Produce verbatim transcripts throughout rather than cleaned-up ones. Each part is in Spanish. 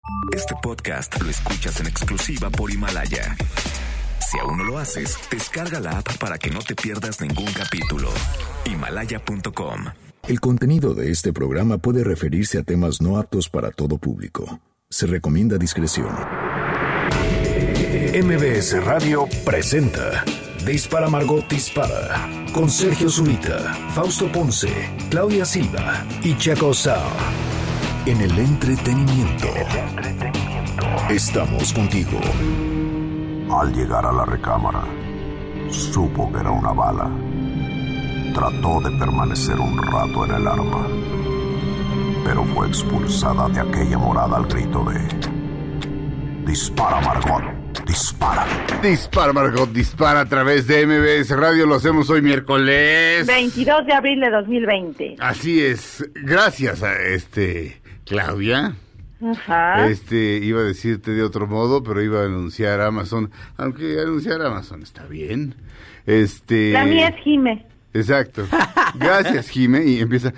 Este podcast lo escuchas en exclusiva por Himalaya. Si aún no lo haces, descarga la app para que no te pierdas ningún capítulo. Himalaya punto com. El contenido de este programa puede referirse a temas no aptos para todo público. Se recomienda discreción. M B S Radio presenta Dispara Margot Dispara con Sergio Zurita, Fausto Ponce, Claudia Silva y Chaco Sao. En el entretenimiento. Estamos contigo. Al llegar a la recámara, supo que era una bala. Trató de permanecer un rato en el arma, pero fue expulsada de aquella morada al grito de: ¡Dispara, Margot! ¡Dispara! Dispara, Margot, dispara a través de M B S Radio. Lo hacemos hoy miércoles veintidós de abril de dos mil veinte. Así es. Gracias a este Claudia. Ajá. Este, iba a decirte de otro modo, pero iba a anunciar Amazon. Aunque anunciar Amazon está bien. Este. La mía es Jime. Exacto. Gracias, Jime. Y empieza.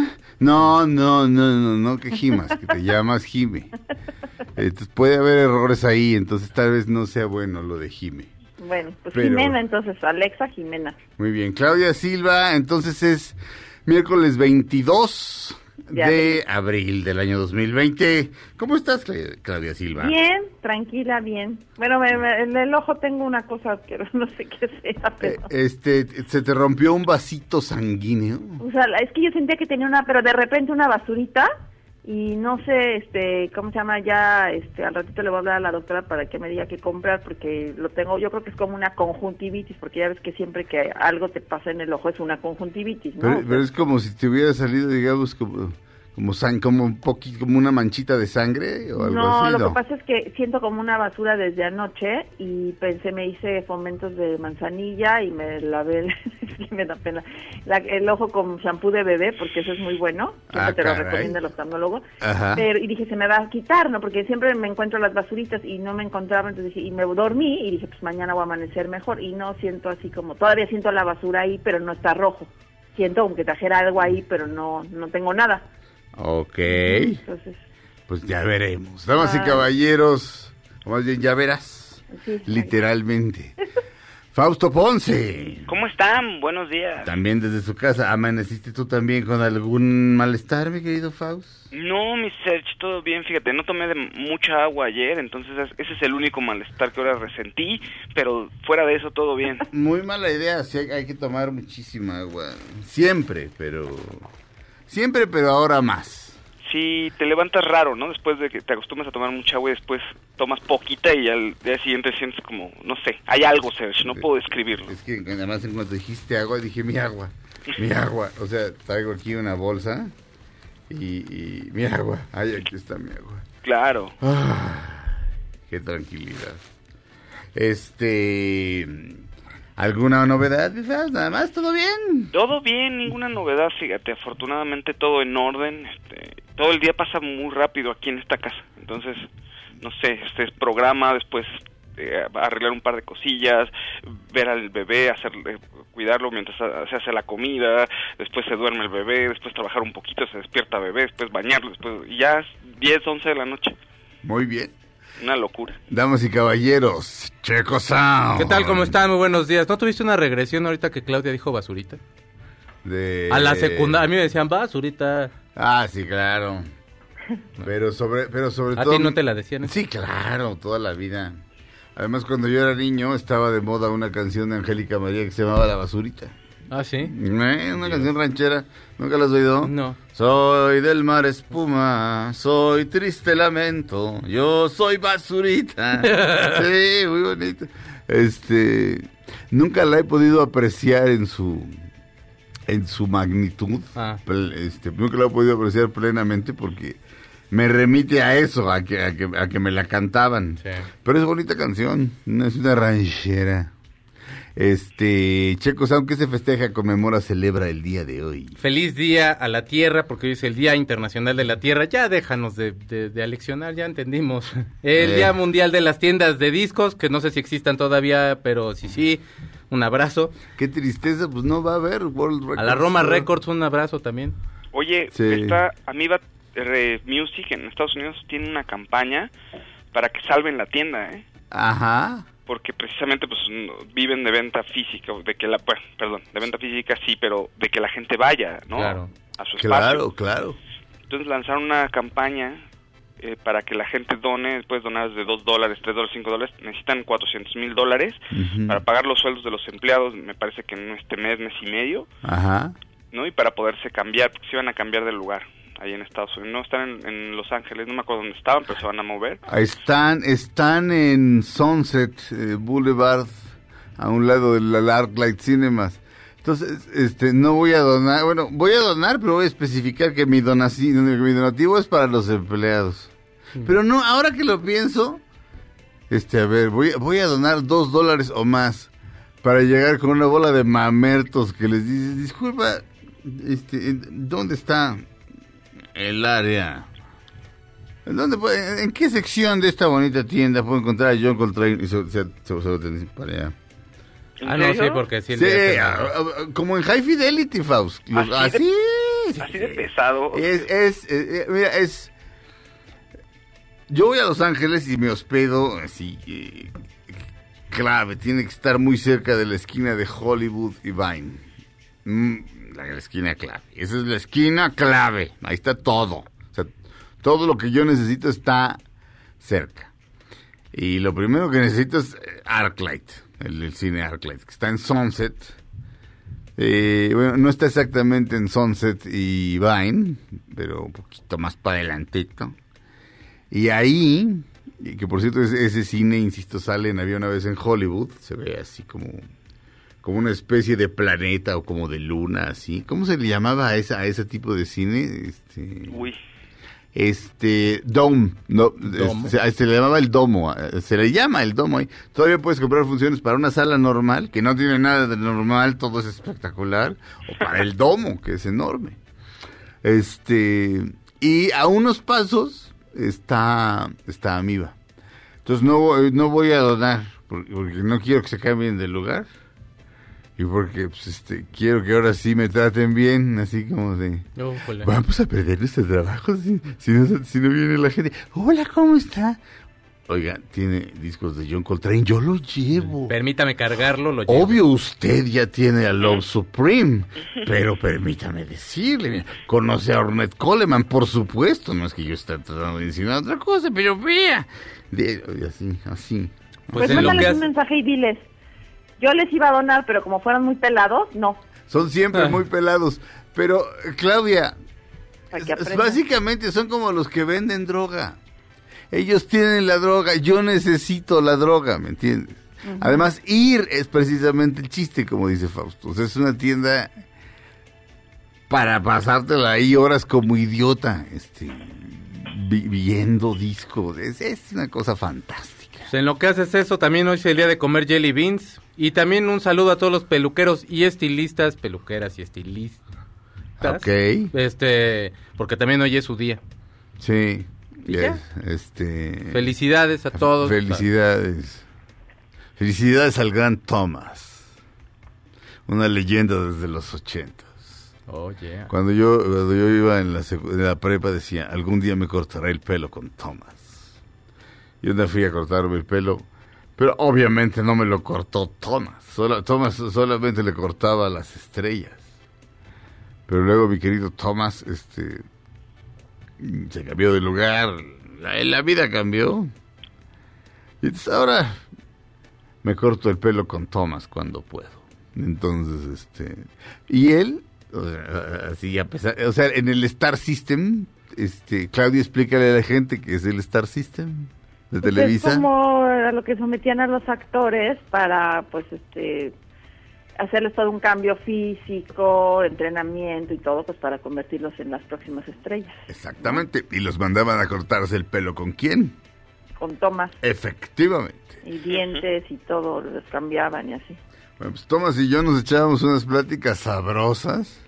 No, no, no, no, no, que Jimas, que te llamas Jime. Entonces, puede haber errores ahí, entonces tal vez no sea bueno lo de Jime. Bueno, pues Pero... Jimena, entonces, Alexa Jimena. Muy bien, Claudia Silva, entonces es miércoles veintidós de, de abril del año dos mil veinte. ¿Cómo estás, Claudia Silva? Bien, tranquila, bien. Bueno, me, me, en el ojo tengo una cosa que no sé qué sea, pero... Eh, este, ¿se te rompió un vasito sanguíneo? O sea, es que yo sentía que tenía una, pero de repente una basurita, y no sé, este, ¿cómo se llama? Ya, este, al ratito le voy a hablar a la doctora para que me diga qué comprar, porque lo tengo, yo creo que es como una conjuntivitis, porque ya ves que siempre que algo te pasa en el ojo es una conjuntivitis, ¿no? Pero, pero es como si te hubiera salido, digamos, como... Como san, como un poquito, como una manchita de sangre o algo no, así. lo No, que pasa es que siento como una basura desde anoche y pensé, me hice fomentos de manzanilla y me lavé, el, es que me da pena, la, el ojo con shampoo de bebé, porque eso es muy bueno, siempre Ah, te lo caray. recomienda el oftalmólogo. Ajá. Pero, y dije, se me va a quitar, ¿no? Porque siempre me encuentro las basuritas y no me encontraba, entonces dije, y me dormí y dije, pues mañana voy a amanecer mejor, y no siento así como, todavía siento la basura ahí, pero no está rojo. Siento como que trajera algo ahí, pero no, no tengo nada. Ok, Entonces, pues ya veremos. Damas y Ay. caballeros, o más bien ya verás, sí, literalmente. Fausto Ponce. ¿Cómo están? Buenos días. También desde su casa. ¿Amaneciste tú también con algún malestar, mi querido Faust? No, mi Serge, todo bien, fíjate, no tomé de mucha agua ayer, entonces ese es el único malestar que ahora resentí, pero fuera de eso todo bien. Muy mala idea, sí, hay, hay que tomar muchísima agua. Siempre, pero... Siempre, pero ahora más. Sí, te levantas raro, ¿no? Después de que te acostumbras a tomar mucha agua y después tomas poquita y al día siguiente sientes como, no sé, hay algo, Serge, no puedo describirlo. Es que además en cuanto dijiste agua, dije mi agua, mi agua. O sea, traigo aquí una bolsa y, y mi agua. Ay, aquí está mi agua. Claro. Ah, qué tranquilidad. Este... ¿Alguna novedad, quizás? Nada más, ¿todo bien? Todo bien, ninguna novedad, fíjate, afortunadamente todo en orden, este, todo el día pasa muy rápido aquí en esta casa, entonces, no sé, este es programa, después eh, arreglar un par de cosillas, ver al bebé, hacerle, cuidarlo mientras se hace la comida, después se duerme el bebé, después trabajar un poquito, se despierta bebé, después bañarlo, después, y ya es diez, once de la noche. Muy bien. Una locura. Damas y caballeros, Checo Sound. ¿Qué tal? ¿Cómo están? Muy buenos días. ¿No tuviste una regresión ahorita que Claudia dijo basurita? De... A la secundaria, a mí me decían basurita. Ah, sí, claro. Pero sobre, pero sobre ¿A todo... ti no te la decían? ¿eh? Sí, claro, toda la vida. Además, cuando yo era niño, estaba de moda una canción de Angélica María que se llamaba La Basurita. Ah, ¿sí? ¿Eh? Una canción ranchera. ¿Nunca la has oído? No. Soy del mar espuma, soy triste lamento, yo soy basurita. Sí, muy bonito. Este, nunca la he podido apreciar en su en su magnitud. Ah. Este, nunca la he podido apreciar plenamente porque me remite a eso, a que a que, a que me la cantaban. Sí. Pero es bonita canción, no es una ranchera. Este, Checo Sound, ¿qué se festeja, conmemora, celebra el día de hoy? Feliz día a la Tierra, porque hoy es el Día Internacional de la Tierra. Ya déjanos de, de, de aleccionar, ya entendimos. El Eh. Día Mundial de las Tiendas de Discos, que no sé si existan todavía, pero sí, sí, un abrazo. Qué tristeza, pues no va a haber World Records. A la Roma Records, un abrazo también. Oye, Sí. está, a mí va, R Music en Estados Unidos tiene una campaña para que salven la tienda, ¿eh? Ajá. Porque precisamente pues viven de venta física, de que la, pues, perdón, de venta física sí, pero de que la gente vaya, ¿no? Claro. A su espacio. Claro, claro. Entonces lanzaron una campaña eh, para que la gente done, puedes donar desde dos dólares, tres dólares, cinco dólares, necesitan cuatrocientos mil dólares Uh-huh. para pagar los sueldos de los empleados, me parece que en este mes, mes y medio, Ajá. ¿no? Y para poderse cambiar, porque se iban a cambiar de lugar ahí en Estados Unidos. No están en, en Los Ángeles, no me acuerdo dónde estaban, pero se van a mover. Están, están en Sunset eh, Boulevard, a un lado del ArcLight Cinemas. Entonces, este, no voy a donar, bueno, voy a donar, pero voy a especificar que mi donación, mi donativo es para los empleados. Mm. Pero no, ahora que lo pienso, este, a ver, voy, voy a donar dos dólares o más para llegar con una bola de mamertos que les dices, disculpa, este, ¿dónde está el área? ¿En, dónde, ¿En qué sección de esta bonita tienda puedo encontrar a John Coltrane? Y se, se, se, se lo tenés para allá. Ah, no, sí, porque sí. El sí, día a, a, como en High Fidelity, Faust. Los, así, así, de, así de pesado. Es, es, es, mira, es... Yo voy a Los Ángeles y me hospedo así, eh, clave, tiene que estar muy cerca de la esquina de Hollywood y Vine. Mm, la, la esquina clave. Esa es la esquina clave. Ahí está todo. O sea, todo lo que yo necesito está cerca. Y lo primero que necesito es ArcLight. El, el cine ArcLight, que está en Sunset. Eh, bueno, no está exactamente en Sunset y Vine, pero un poquito más para adelantito. Y ahí, que por cierto ese, ese cine, insisto, sale en Había una vez en Hollywood, se ve así como, como una especie de planeta o como de luna, así. ¿Cómo se le llamaba a, esa, a ese tipo de cine? Este... Uy. Este, Dome, no, ¿Domo? Se, se le llamaba el Domo, se le llama el Domo ahí. Todavía puedes comprar funciones para una sala normal, que no tiene nada de normal, todo es espectacular, o para el Domo, que es enorme. Este, y a unos pasos está, está Amiba. Entonces no, no voy a donar, porque, porque no quiero que se cambien de lugar. Y porque pues, este, quiero que ahora sí me traten bien, así como de... Oh, vamos a perder nuestro trabajo si, si, no, si no viene la gente. Hola, ¿cómo está? Oiga, tiene discos de John Coltrane, yo lo llevo. Permítame cargarlo, lo llevo. Obvio, usted ya tiene a Love Supreme, pero permítame decirle, mira, conoce a Ornette Coleman, por supuesto, no es que yo esté tratando de insinuar otra cosa, pero vea. De, así, así. Pues, pues mándales hace... un mensaje y diles. Yo les iba a donar, pero como fueron muy pelados, no. Son siempre ah. muy pelados. Pero, Claudia, básicamente son como los que venden droga. Ellos tienen la droga, yo necesito la droga, ¿me entiendes? Uh-huh. Además, ir es precisamente el chiste, como dice Fausto. O sea, es una tienda para pasártela ahí horas como idiota, este, vi- viendo discos. Es, es una cosa fantástica. Pues en lo que haces eso, también hoy es el día de comer jelly beans. Y también un saludo a todos los peluqueros y estilistas, peluqueras y estilistas. Ok. Este, porque también hoy es su día. Sí. Es, este. Felicidades a todos. Felicidades. Felicidades al gran Thomas. Una leyenda desde los ochentas. Oh, yeah. Cuando yo, cuando yo iba en la, secu- en la prepa decía, algún día me cortaré el pelo con Thomas. Y un día fui a cortarme el pelo. Pero obviamente no me lo cortó Thomas. Solo, Thomas solamente le cortaba las estrellas. Pero luego mi querido Thomas este, se cambió de lugar. La, la vida cambió. Y entonces ahora me corto el pelo con Thomas cuando puedo. Entonces, este... Y él, o sea, así a pesar... O sea, en el Star System, este, Claudia, explícale a la gente qué es el Star System de pues Televisa. Es como a lo que sometían a los actores para, pues, este, hacerles todo un cambio físico, entrenamiento y todo, pues, para convertirlos en las próximas estrellas. Exactamente. ¿Y los mandaban a cortarse el pelo con quién? Con Thomas. Efectivamente. Y dientes y todo, los cambiaban y así. Bueno, pues Thomas y yo nos echábamos unas pláticas sabrosas.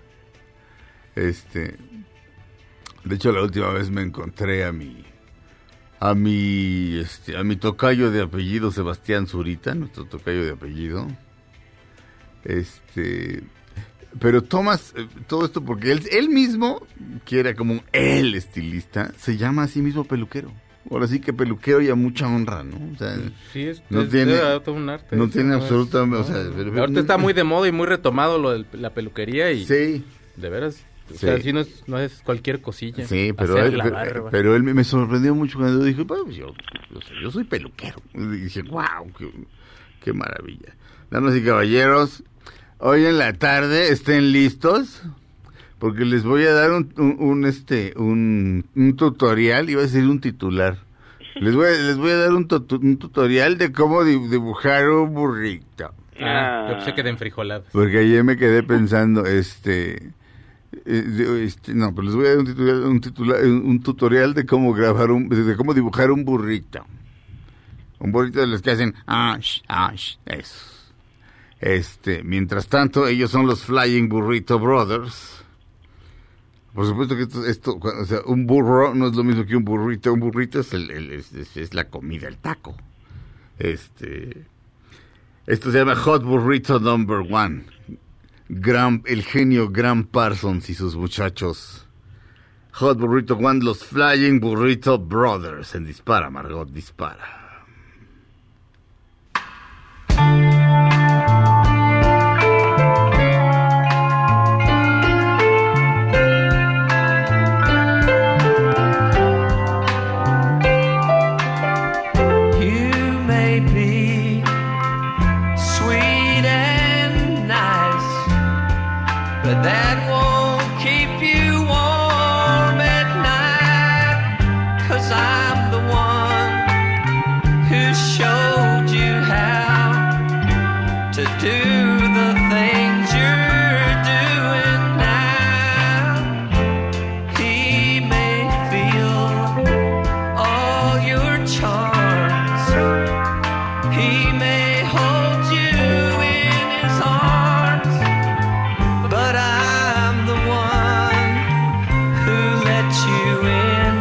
Este, de hecho, la última vez me encontré a mi a mi este, a mi tocayo de apellido Sebastián Zurita, nuestro tocayo de apellido. Este, pero tomas eh, todo esto porque él, él mismo, que era como el estilista, se llama a sí mismo peluquero. Ahora sí que peluquero y a mucha honra, ¿no? O sea, sí, es, no es, tiene, es todo un arte. no tiene no absolutamente... Es, o sea, no. pero, Ahorita está muy de moda y muy retomado lo de la peluquería y... Sí. De veras, o Sí. sea, sí no es, no es cualquier cosilla. Sí, pero Hacer él, la pero, barba. pero él me, me sorprendió mucho cuando dijo, pues yo, yo, yo soy peluquero. Y dije, wow, qué, qué maravilla. Damas y caballeros, hoy en la tarde estén listos, porque les voy a dar un, un, un este, un, un tutorial, iba a decir un titular. Les voy a, les voy a dar un, tutu, un tutorial de cómo dibujar un burrito. Ah, yo pensé que de enfrijolado. Porque ayer me quedé pensando, este... Eh, este, no, pero les voy a dar un tutorial, un, titular, un tutorial de cómo grabar un, de cómo dibujar un burrito. Un burrito de los que hacen ash, ash, eso. Este, mientras tanto, ellos son los Flying Burrito Brothers. Por supuesto que esto, esto o sea, un burro no es lo mismo que un burrito. Un burrito es, el, el, es, es, es la comida, el taco. Este, esto se llama Hot Burrito Number One. Gran, el genio Graham Parsons y sus muchachos. Hot Burrito One, los Flying Burrito Brothers. En Dispara, Margot, dispara. That won't keep you warm at night, 'cause I'm the one who showed you how to do the things you're doing now. He may feel all your charms, he may hold you in his arms, but I'm the one who let you in.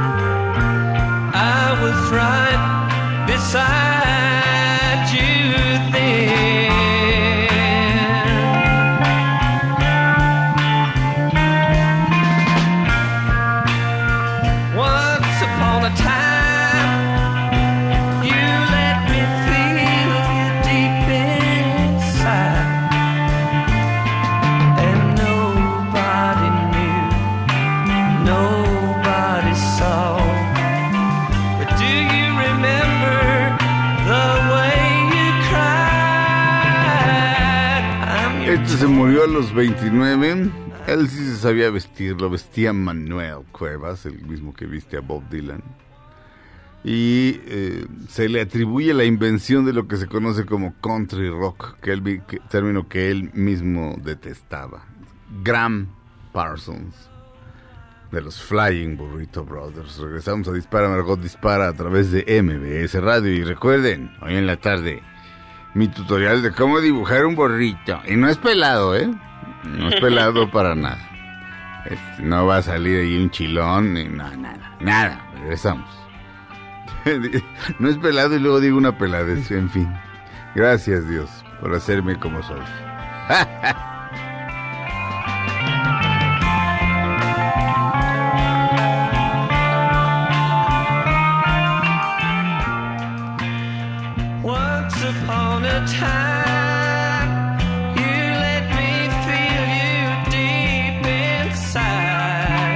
I was right beside you then. Once upon a time, you let me feel you deep inside. Nobody saw. But do you remember the way you cried? I'm your Este se murió a los veintinueve. Él sí se sabía vestir, lo vestía Manuel Cuevas, el mismo que viste a Bob Dylan. Y eh, se le atribuye la invención de lo que se conoce como country rock, que él, que, término que él mismo detestaba. Graham Parsons, de los Flying Burrito Brothers. Regresamos a Dispara, Margot Dispara a través de M B S Radio. Y recuerden, hoy en la tarde, mi tutorial de cómo dibujar un burrito. Y no es pelado, ¿eh? No es pelado para nada. Este, no va a salir ahí un chilón, ni nada, nada, nada. Regresamos. No es pelado y luego digo una peladez, en fin. Gracias, Dios, por hacerme como soy. Once upon a time, you let me feel you deep inside,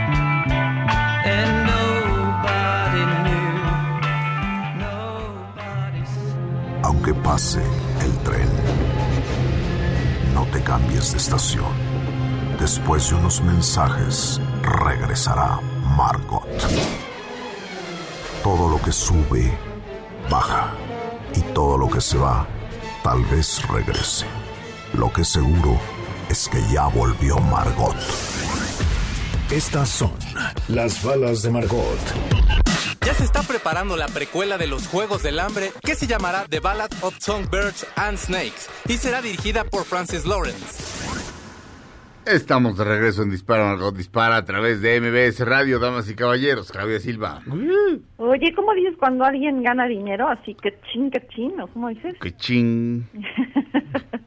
and nobody knew, nobody saw. Aunque pase el tren, no te cambies de estación. Después de unos mensajes, regresará Margot. Todo lo que sube, baja. Y todo lo que se va, tal vez regrese. Lo que seguro es que ya volvió Margot. Estas son las balas de Margot. Ya se está preparando la precuela de los Juegos del Hambre, que se llamará The Ballad of Songbirds and Snakes, y será dirigida por Francis Lawrence. Estamos de regreso en Dispara, Margot Dispara a través de M B S Radio, damas y caballeros. Claudia Silva. Oye, ¿cómo dices cuando alguien gana dinero? Así que chin, que chin, ¿o cómo dices? Que ching.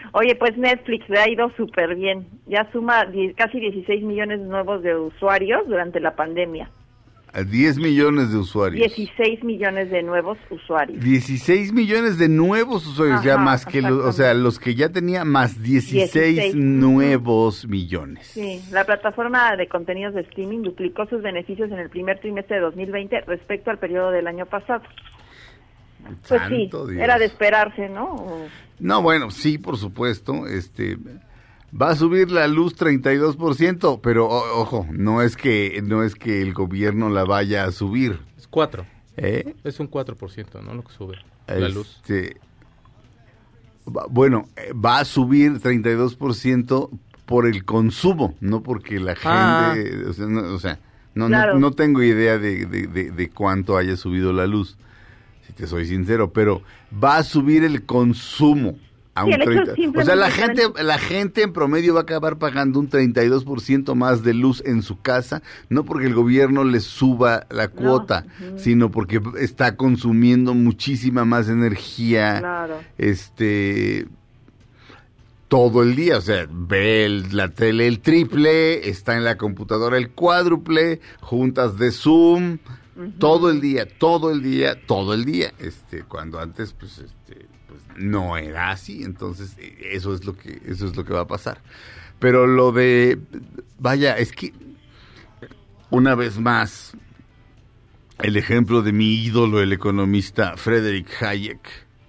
Oye, pues Netflix le ha ido súper bien. Ya suma die- casi dieciséis millones nuevos de usuarios durante la pandemia. A diez millones de usuarios. dieciséis millones de nuevos usuarios. dieciséis millones de nuevos usuarios, ya Ajá, más que los, o sea, los que ya tenía, más dieciséis dieciséis. nuevos millones. Sí, la plataforma de contenidos de streaming duplicó sus beneficios en el primer trimestre de dos mil veinte respecto al periodo del año pasado. Pues sí, Santo Dios. era de esperarse, ¿no? O- No, bueno, sí, por supuesto, este va a subir la luz treinta y dos por ciento, pero o- ojo, no es que no es que el gobierno la vaya a subir, Es cuatro. ¿eh? Es un cuatro por ciento, ¿no? Lo que sube la luz. Este, va- bueno, eh, va a subir treinta y dos por ciento por el consumo, no porque la gente, Ah. o sea, no, o sea, no, Claro. no, no tengo idea de, de, de, de cuánto haya subido la luz, si te soy sincero, pero va a subir el consumo a Sí, un el hecho treinta. O simplemente sea, la de gente, estar la gente en promedio va a acabar pagando un treinta y dos por ciento más de luz en su casa, no porque el gobierno les suba la cuota, sino porque está consumiendo muchísima más energía, Claro. este, todo el día, o sea, ve el- la tele el triple, está en la computadora el cuádruple, juntas de Zoom, todo el día, todo el día, todo el día, este, cuando antes, pues, este, pues, no era así, entonces, eh, eso es lo que, eso es lo que va a pasar. Pero lo de, vaya, es que, una vez más, el ejemplo de mi ídolo, el economista Friedrich Hayek,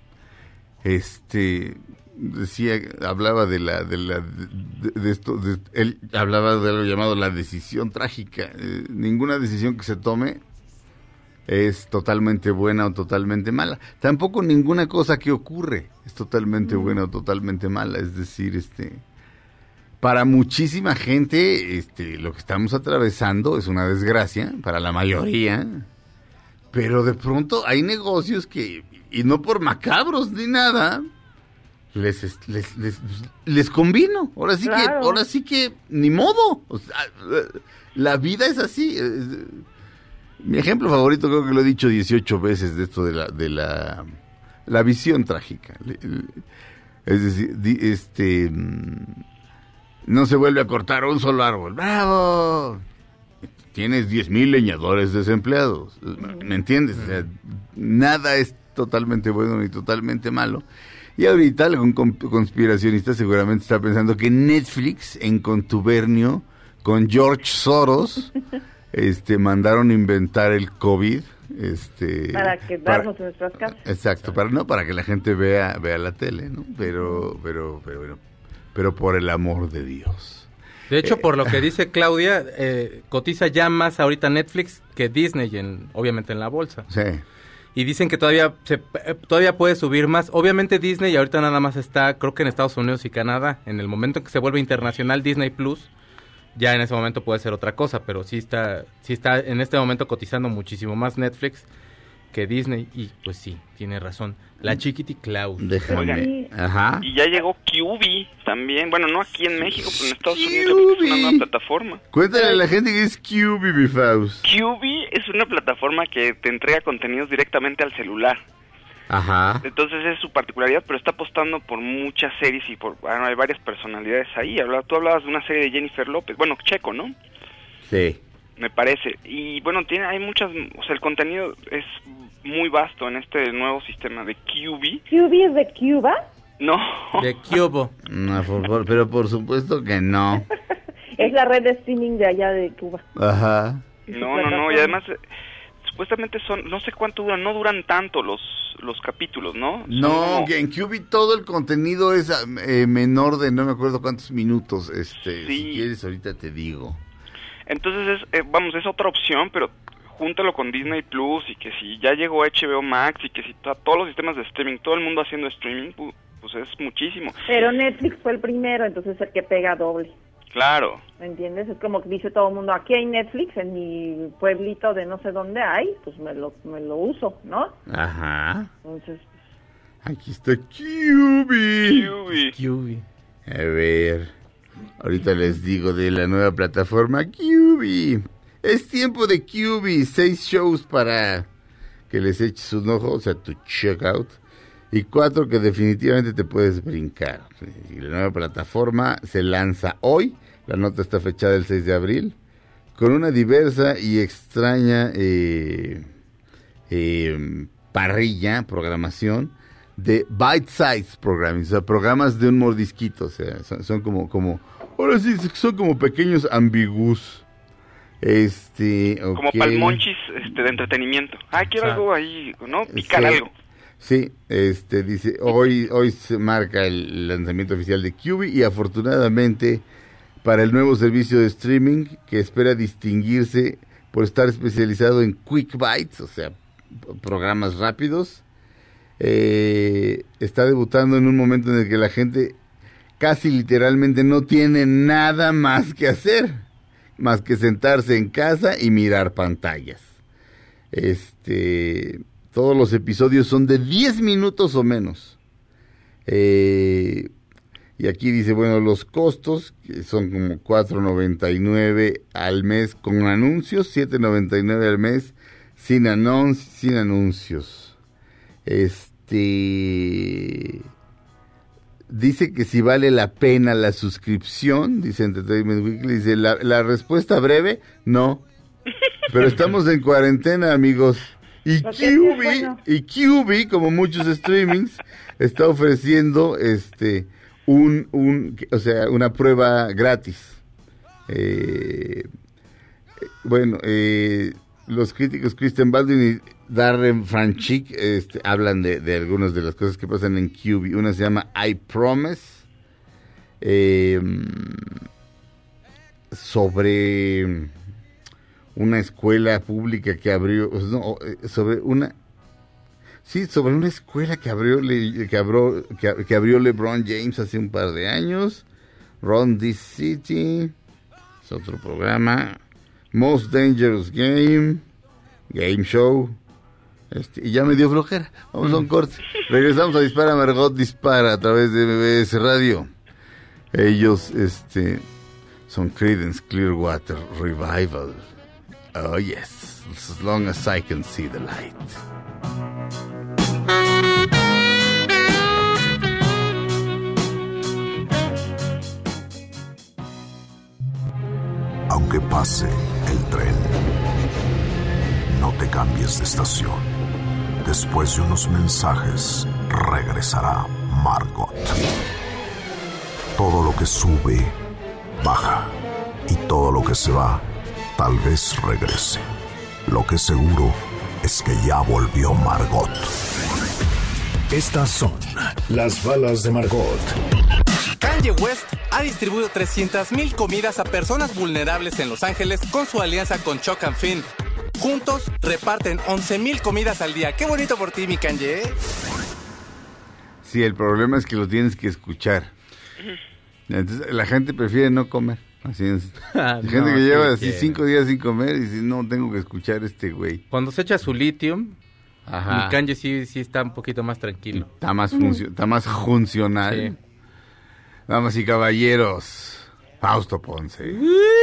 este decía, hablaba de la, de la, de, de esto, de- él hablaba de lo llamado la decisión trágica. Eh, ninguna decisión que se tome es totalmente buena o totalmente mala. Tampoco ninguna cosa que ocurre es totalmente buena o totalmente mala. Es decir, este, para muchísima gente, este, lo que estamos atravesando es una desgracia para la mayoría. Pero de pronto hay negocios que, y no por macabros ni nada, les es- les, les, les convino. Ahora sí que, Claro. ahora sí que ni modo. O sea, la vida es así. Es- Mi ejemplo favorito, creo que lo he dicho dieciocho veces, de esto de la, de la, la visión trágica. Le- le- Es decir, di- este, mm, no se vuelve a cortar un solo árbol. ¡Bravo! Tienes diez mil leñadores desempleados. ¿Me entiendes? O sea, nada es totalmente bueno ni totalmente malo. Y ahorita algún con- conspiracionista seguramente está pensando que Netflix, en contubernio con George Soros, este, mandaron inventar el COVID. Este, Para quedarnos en nuestras casas. Exacto, para no para que la gente vea vea la tele, ¿no? Pero pero pero bueno, pero por el amor de Dios. De hecho, por lo que dice Claudia, eh, cotiza ya más ahorita Netflix que Disney, en, obviamente en la bolsa. Sí. Y dicen que todavía se, eh, todavía puede subir más. Obviamente Disney ahorita nada más está, creo que en Estados Unidos y Canadá. En el momento en que se vuelve internacional Disney Plus, ya en ese momento puede ser otra cosa, pero sí está, sí está en este momento cotizando muchísimo más Netflix que Disney. Y pues sí, tiene razón. La chiquiti Klaus. Déjame. Ajá. Y ya llegó Q B también, bueno, no aquí en México, pero en Estados Unidos es una nueva plataforma. Cuéntale a la gente que es Q B, mi Faust. Q B es una plataforma que te entrega contenidos directamente al celular. Ajá. Entonces es su particularidad, pero está apostando por muchas series y por bueno, hay varias personalidades ahí. Habla- Tú hablabas de una serie de Jennifer López, bueno, Checo, ¿no? Sí. Me parece. Y bueno, tiene hay muchas, o sea, el contenido es muy vasto en este nuevo sistema de Q B. ¿Q B es de Cuba? No. De Cubo. No, por- por- pero por supuesto que no. Es la red de streaming de allá de Cuba. Ajá. No, no, no, y además eh, supuestamente son, no sé cuánto duran, no duran tanto los los capítulos, ¿no? Son No, como- que en Q B todo el contenido es eh, menor de no me acuerdo cuántos minutos. Este, Sí. si quieres ahorita te digo. Entonces, es, eh, vamos, es otra opción, pero júntalo con Disney Plus y que si ya llegó H B O Max y que si to- todos los sistemas de streaming, todo el mundo haciendo streaming, pu- pues es muchísimo. Pero Netflix fue el primero, entonces es el que pega doble. Claro. ¿Me entiendes? Es como que dice todo el mundo, aquí hay Netflix, en mi pueblito de no sé dónde hay, pues me lo, me lo uso, ¿no? Ajá. Entonces, Aquí está Q B. Q B. Cubi. A ver, ahorita les digo de la nueva plataforma Q B. Es tiempo de Q B, seis shows para que les eches un ojo, o sea, tu checkout. y cuatro que definitivamente te puedes brincar. Y la nueva plataforma se lanza hoy, la nota está fechada el seis de abril, con una diversa y extraña eh, eh, parrilla, programación, de bite-size programming, o sea, programas de un mordisquito, o sea, son, son como, como, ahora sí, son como pequeños ambiguos. Este, okay. Como palmonchis este, de entretenimiento. Ah, quiero Ah. algo ahí, ¿no? Picar Sí. algo. Sí, este, dice, hoy, hoy se marca el lanzamiento oficial de Q B y afortunadamente para el nuevo servicio de streaming que espera distinguirse por estar especializado en quick bites, o sea, p- programas rápidos, eh, está debutando en un momento en el que la gente casi literalmente no tiene nada más que hacer, más que sentarse en casa y mirar pantallas. Este, todos los episodios son de diez minutos o menos. Eh, y aquí dice, bueno, los costos, que son como cuatro noventa y nueve al mes con anuncios, siete noventa y nueve al mes sin, anun- sin anuncios. Este... Dice que si vale la pena la suscripción, dice Entertainment Weekly, dice la, la respuesta breve, no. Pero estamos en cuarentena, amigos. Y Lo que es Q B, bueno. y Q B, como muchos streamings, está ofreciendo este un, un o sea, una prueba gratis. Eh, bueno, eh, los críticos Kristen Baldwin y Darren Franchick este, hablan de, de algunas de las cosas que pasan en Q B. Una se llama I Promise, eh, sobre una escuela pública que abrió, no, sobre una, sí, sobre una escuela que abrió, que abrió, que, que abrió LeBron James hace un par de años. Run This City, es otro programa. Most Dangerous Game, Game Show. Este, y ya me dio flojera. Vamos a un corte. Regresamos a Dispara, Margot Dispara a través de M B S Radio. Ellos, este, son Creedence Clearwater Revival. Oh yes, as long as I can see the light. Aunque pase el tren, no te cambies de estación. Después de unos mensajes, regresará Margot. Todo lo que sube, baja. Y todo lo que se va, tal vez regrese. Lo que seguro es que ya volvió Margot. Estas son las balas de Margot. Kanye West ha distribuido trescientas mil comidas a personas vulnerables en Los Ángeles con su alianza con Chuck and Finn. Juntos reparten once mil comidas al día. ¡Qué bonito por ti, mi Kanye! Sí, el problema es que lo tienes que escuchar. Entonces, la gente prefiere no comer. Así es. Hay gente No, que sí lleva así quiere. cinco días sin comer y dice, no, tengo que escuchar a este güey. Cuando se echa su lithium, Ajá. mi Kanye sí, sí está un poquito más tranquilo. Está más, funcio- está más funcional. Sí. Damas y caballeros, Fausto Ponce.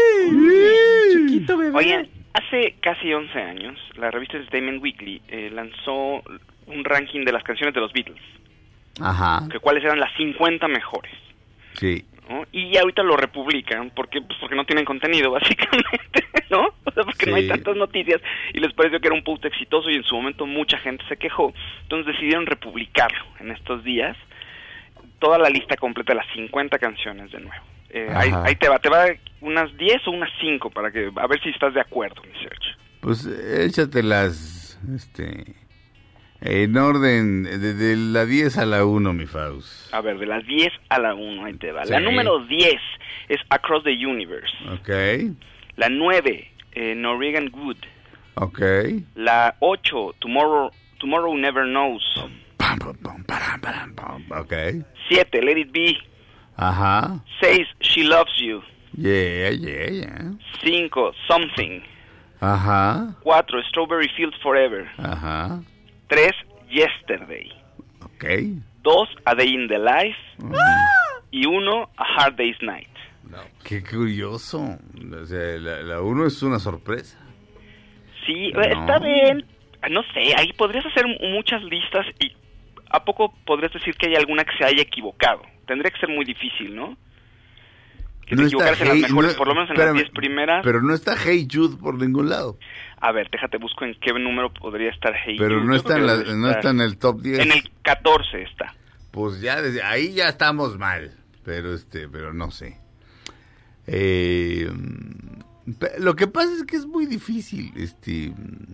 Chiquito bebé. Oigan, hace casi once años, la revista Entertainment Weekly eh, lanzó un ranking de las canciones de los Beatles, Ajá, que cuáles eran las cincuenta mejores, sí. ¿no? Y ahorita lo republican, porque pues porque no tienen contenido, básicamente, ¿no? O sea, porque no hay Sí. tantas noticias, y les pareció que era un post exitoso, y en su momento mucha gente se quejó, entonces decidieron republicarlo en estos días, toda la lista completa de las cincuenta canciones de nuevo. Eh, ahí, Ajá. ahí te va, te va unas diez o unas cinco para que, a ver si estás de acuerdo, mi Sergio. Pues eh, échatelas, este, en orden, de, de la diez a la uno, mi Faust. A ver, de las diez a la uno, ahí te va. Sí. La número diez es Across the Universe. Ok, La nueve, eh, Norwegian Wood. ok. La ocho, Tomorrow Tomorrow Never Knows. Pam, pam, pam, param, param, pam. Ok, siete, Let It Be. ajá. seis, She Loves You. Yeah, yeah, yeah. cinco, Something. Ajá, cuatro, Strawberry Fields Forever. ajá. tres, Yesterday. Ok. dos, A Day in the Life. Y uno, A Hard Day's Night. Qué curioso. O sea, la, la uno es una sorpresa. Sí, No. está bien. No sé, ahí podrías hacer muchas listas y ¿a poco podrías decir que hay alguna que se haya equivocado? Tendría que ser muy difícil, ¿no? Que no te equivocaras en las hey, mejores, no, por lo menos en espérame, las diez primeras. Pero no está Hey Jude por ningún lado. A ver, déjate, busco en qué número podría estar Hey Pero Jude. no Yo está, creo en que la, debe no estar está en el top diez. En el catorce está. Pues ya desde ahí ya estamos mal, pero este, pero no sé. Eh, lo que pasa es que es muy difícil. Este,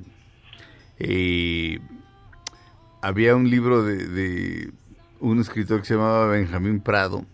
eh, había un libro de, de un escritor que se llamaba Benjamín Prado.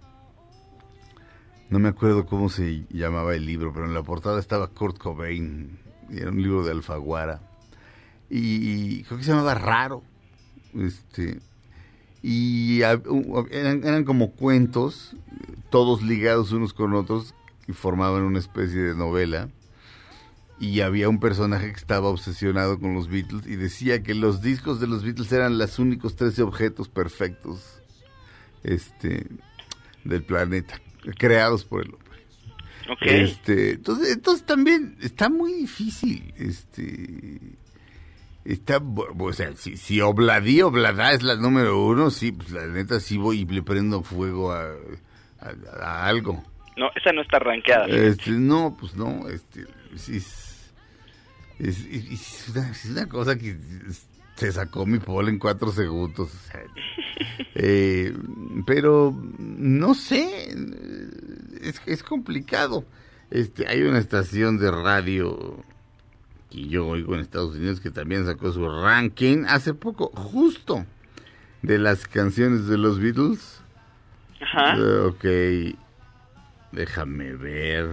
No me acuerdo cómo se llamaba el libro, pero en la portada estaba Kurt Cobain. Y era un libro de Alfaguara. Y, y creo que se llamaba Raro. Este, y a, uh, eran, eran como cuentos, todos ligados unos con otros, y formaban una especie de novela. Y había un personaje que estaba obsesionado con los Beatles y decía que los discos de los Beatles eran los únicos trece objetos perfectos este, del planeta, creados por el hombre. Okay. Este, entonces, entonces también está muy difícil. Este, está, o sea, si, si Obladí Oblada es la número uno, sí, pues la neta sí voy y le prendo fuego a, a, a algo. No, esa no está rankeada. Este, no, pues no, este, sí, es, es, es, es, una, es una cosa que se sacó mi pola en cuatro segundos. O sea, eh, pero no sé, es, es complicado. Este, hay una estación de radio que yo oigo en Estados Unidos que también sacó su ranking hace poco, justo de las canciones de los Beatles. Ajá. Uh, ok. Déjame ver.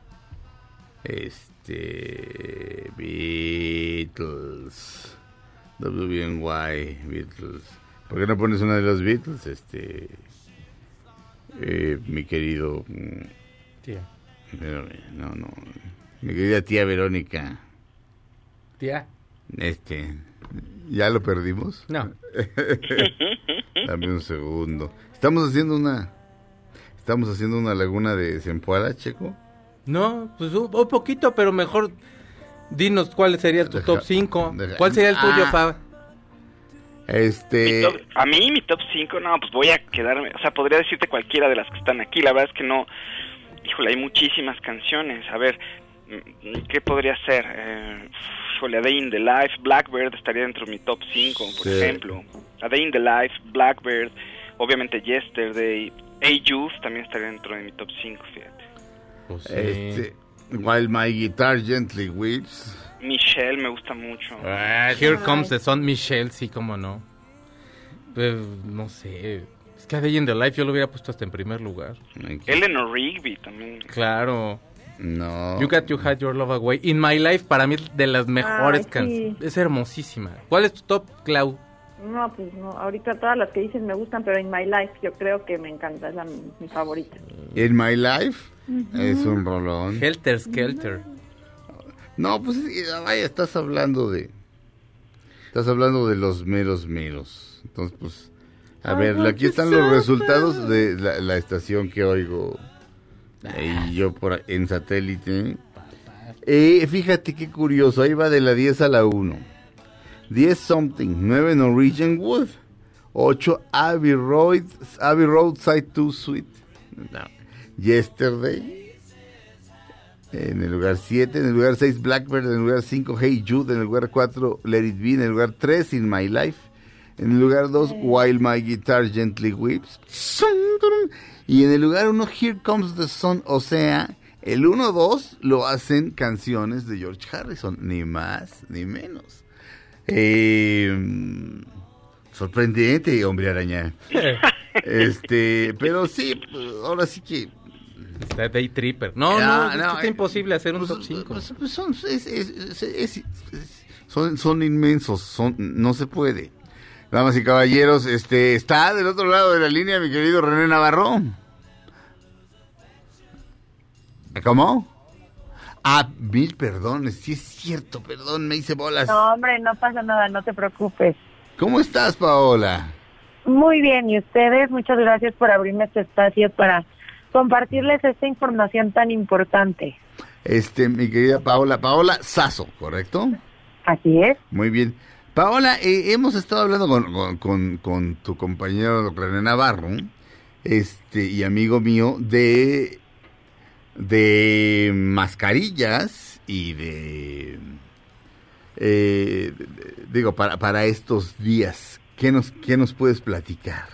Este. Beatles. W N Y. Beatles. ¿Por qué no pones una de los Beatles? Este. Eh, mi querido. Tía. No, no. Mi querida tía Verónica. Tía. Este. ¿Ya lo perdimos? No. Dame un segundo. Estamos haciendo una. ¿Estamos haciendo una laguna de Zempoala, Checo? No, pues un, un poquito, pero mejor dinos cuál sería tu Deja, top cinco. deja. ¿Cuál sería el tuyo, Ah, Fab? Este... Mi top- a mí, mi top cinco, no, pues voy a quedarme... O sea, podría decirte cualquiera de las que están aquí. La verdad es que no... Híjole, hay muchísimas canciones. A ver, ¿qué podría ser? Eh, híjole, A Day in the Life, Blackbird estaría dentro de mi top cinco, por Sí. ejemplo. A Day in the Life, Blackbird, obviamente Yesterday... Hey Jude también estaría dentro de mi top cinco, fíjate. Pues sí. Este... While My Guitar Gently Weeps. Michelle me gusta mucho. Ah, Here Comes the Sun, Michelle, sí, cómo no. Pues, no sé. Es que A Day in the Life yo lo hubiera puesto hasta en primer lugar. Eleanor Rigby también. Claro. No. You Got to Hide Your Love Away. In My Life, para mí, es de las mejores Ay, canciones. sí. Es hermosísima. ¿Cuál es tu top, Clau? No, pues no, ahorita todas las que dicen me gustan, pero In My Life yo creo que me encanta, es la, mi favorita. In My Life. Es un rolón. Helter Skelter. No, pues vaya, estás hablando de... Estás hablando de los meros meros. Entonces, pues... A ver, aquí están los resultados de la, la estación que oigo. Y yo por en satélite. Eh, fíjate qué curioso, ahí va de la diez a la uno. diez Something, nueve Norwegian Wood, ocho Abbey Road, Abbey Roadside Too Sweet, no. Yesterday, en el lugar siete, en el lugar seis Blackbird, en el lugar cinco Hey Jude, en el lugar cuatro Let It Be, en el lugar tres In My Life, en el lugar dos While My Guitar Gently Weeps, y en el lugar uno Here Comes the Sun, o sea, el uno dos lo hacen canciones de George Harrison, ni más ni menos. Eh, sorprendente, hombre araña. Este, pero sí, ahora sí que Está Day Tripper. No, Ah, no, no, es que está eh, imposible hacer un pues, top cinco. pues, pues son, es- es- es- es- es- son, son inmensos, son, no se puede. Damas y caballeros, este, está del otro lado de la línea mi querido René Navarro. ¿Cómo? Ah, mil perdones, sí es cierto, perdón, me hice bolas. No, hombre, no pasa nada, no te preocupes. ¿Cómo estás, Paola? Muy bien, y ustedes, muchas gracias por abrirme este espacio para compartirles esta información tan importante. Este, mi querida Paola, Paola Sasso, ¿correcto? Así es. Muy bien. Paola, eh, hemos estado hablando con, con, con, con tu compañero René Navarro, este, y amigo mío, de, de mascarillas y de, eh, digo, para, para estos días. ¿Qué nos, qué nos puedes platicar?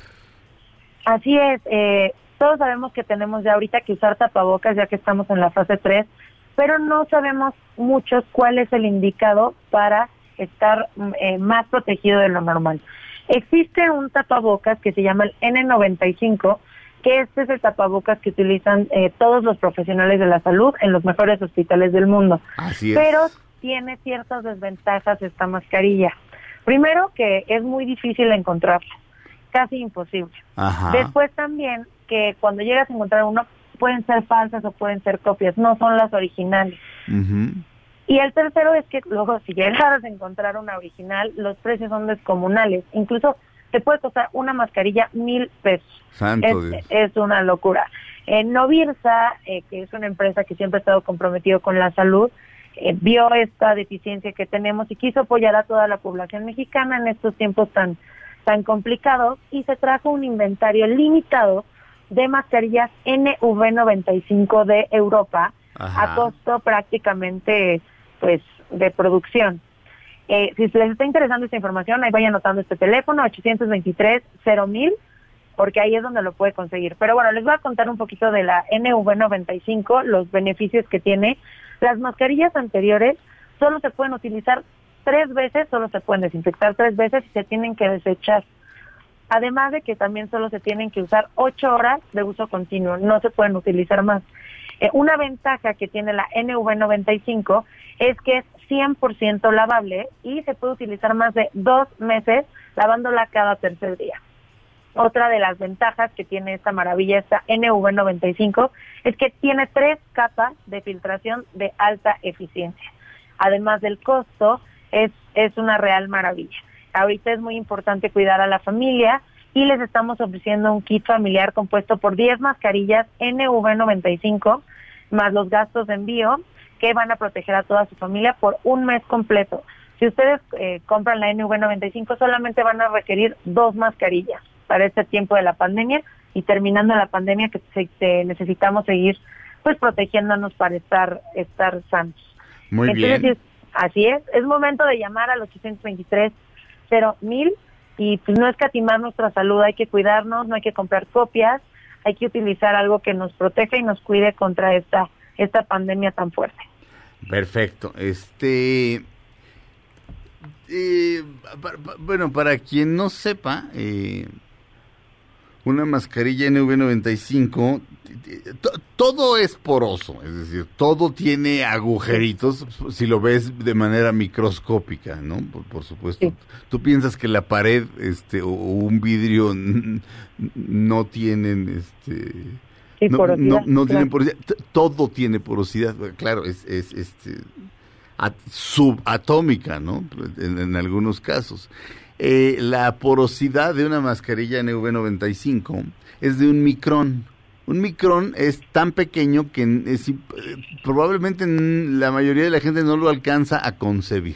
Así es, eh, todos sabemos que tenemos ya ahorita que usar tapabocas ya que estamos en la fase tres, pero no sabemos muchos cuál es el indicado para estar eh, más protegido de lo normal. Existe un tapabocas que se llama el ene noventa y cinco, que este es el tapabocas que utilizan eh, todos los profesionales de la salud en los mejores hospitales del mundo. Así es. Pero tiene ciertas desventajas esta mascarilla. Primero, que es muy difícil encontrarla, casi imposible. Ajá. Después también, que cuando llegas a encontrar uno, pueden ser falsas o pueden ser copias, no son las originales. Uh-huh. Y el tercero es que luego si llegaras a encontrar una original, los precios son descomunales. Incluso te puede costar una mascarilla mil pesos. Santo es, Dios. es una locura. Eh, Novirsa, eh, que es una empresa que siempre ha estado comprometido con la salud, eh, vio esta deficiencia que tenemos y quiso apoyar a toda la población mexicana en estos tiempos tan, tan complicados y se trajo un inventario limitado de mascarillas ene ve noventa y cinco de Europa. Ajá. A costo prácticamente pues de producción. Eh, si les está interesando esta información, ahí vayan anotando este teléfono, ochocientos veintitrés cero mil, porque ahí es donde lo puede conseguir. Pero bueno, les voy a contar un poquito de la ene ve noventa y cinco, los beneficios que tiene. Las mascarillas anteriores solo se pueden utilizar tres veces, solo se pueden desinfectar tres veces y se tienen que desechar. Además de que también solo se tienen que usar ocho horas de uso continuo, no se pueden utilizar más. Eh, una ventaja que tiene la ene ve noventa y cinco es que es cien por ciento lavable y se puede utilizar más de dos meses lavándola cada tercer día. Otra de las ventajas que tiene esta maravilla, esta ene ve noventa y cinco, es que tiene tres capas de filtración de alta eficiencia. Además del costo, es, es una real maravilla. Ahorita es muy importante cuidar a la familia y les estamos ofreciendo un kit familiar compuesto por diez mascarillas ene ve noventa y cinco más los gastos de envío que van a proteger a toda su familia por un mes completo. Si ustedes eh, compran la ene ve noventa y cinco solamente van a requerir dos mascarillas para este tiempo de la pandemia y terminando la pandemia que se, se necesitamos seguir pues protegiéndonos para estar estar sanos. Muy Entonces, bien. Es, así es, es momento de llamar al ochocientos veintitrés cero mil y pues no escatimar nuestra salud, hay que cuidarnos, no hay que comprar copias, hay que utilizar algo que nos proteja y nos cuide contra esta esta pandemia tan fuerte. Perfecto. Este, eh, pa, pa, bueno, para quien no sepa, eh, una mascarilla ene ve noventa y cinco, to, todo es poroso, es decir, todo tiene agujeritos, si lo ves de manera microscópica, ¿no? Por, por supuesto. Sí. Tú piensas que la pared, este, o, o un vidrio n- no tienen, este, sí, no, porosidad, no, no claro. tienen porosidad, T- todo tiene porosidad, claro, es, es, este, at, subatómica, ¿no? En, en algunos casos. Eh, la porosidad de una mascarilla ene ve noventa y cinco es de un micrón. Un micrón es tan pequeño que es, probablemente la mayoría de la gente no lo alcanza a concebir.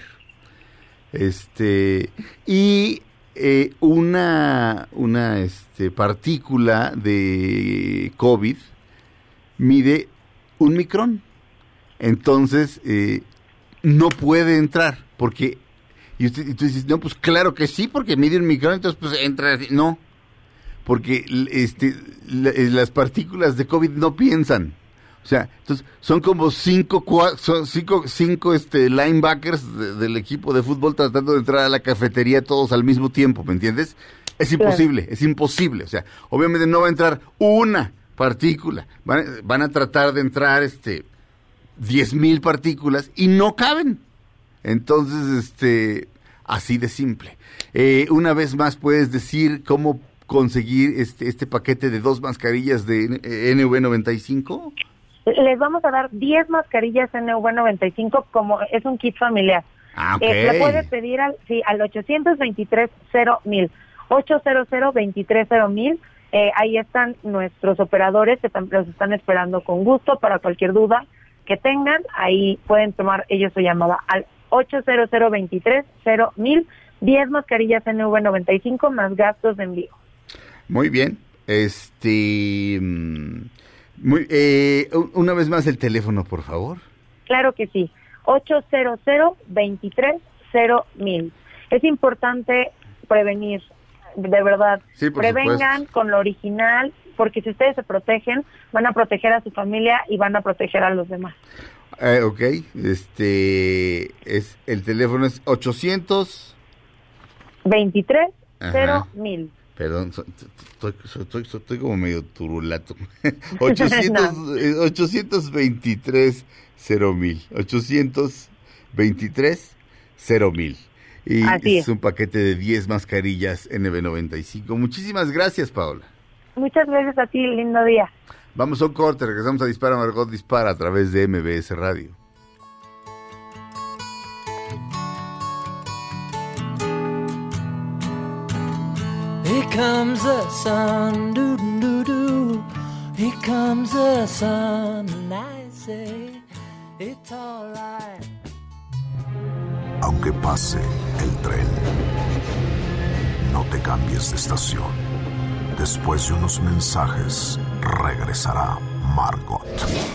Este, y eh, una, una este, partícula de COVID mide un micrón. Entonces, eh, no puede entrar porque... Y usted, y tú dices, no, pues claro que sí, porque mide un micrón, entonces pues entra así. No, porque este, la, las partículas de COVID no piensan. O sea, entonces son como cinco, cua, son cinco, cinco este, linebackers de, del equipo de fútbol tratando de entrar a la cafetería todos al mismo tiempo, ¿me entiendes? Es imposible, claro. es imposible. O sea, obviamente no va a entrar una partícula. Van, van a tratar de entrar este diez mil partículas y no caben. Entonces, este, así de simple. Eh, una vez más, ¿puedes decir cómo conseguir este este paquete de dos mascarillas de ene ve noventa y cinco? Les vamos a dar diez mascarillas ene ve noventa y cinco como es un kit familiar. Ah, okay. Eh, le puede pedir al, sí, al ochocientos veintitrés cero mil, ochocientos veintitrés cero mil. Eh, ahí están nuestros operadores que tam- los están esperando con gusto para cualquier duda que tengan. Ahí pueden tomar ellos su llamada al ochocientos veintitrés cero mil. diez mascarillas N V noventa y cinco más gastos de envío. Muy bien. Este... Muy, eh, una vez más el teléfono, por favor. Claro que sí, ochocientos veintitrés cero mil. Es importante prevenir, de verdad. Sí, por Prevengan supuesto. con lo original, porque si ustedes se protegen, van a proteger a su familia y van a proteger a los demás. Eh, ok, este... es el teléfono es ochocientos... veintitrés cero Ajá. mil. Perdón, so- estoy, estoy, estoy como medio turulato. ochocientos, eh, ochocientos veintitrés cero mil. ochocientos veintitrés cero mil. Y Así es es. un paquete de diez mascarillas N B noventa y cinco. Muchísimas gracias, Paola. Muchas gracias a ti, lindo día. Vamos a un corte, regresamos a Dispara Margot Dispara a través de M B S Radio. Here comes the sun, doo doo doo. Here comes the sun, and I say it's alright. Aunque pase el tren, no te cambies de estación. Después de unos mensajes, regresará Margot.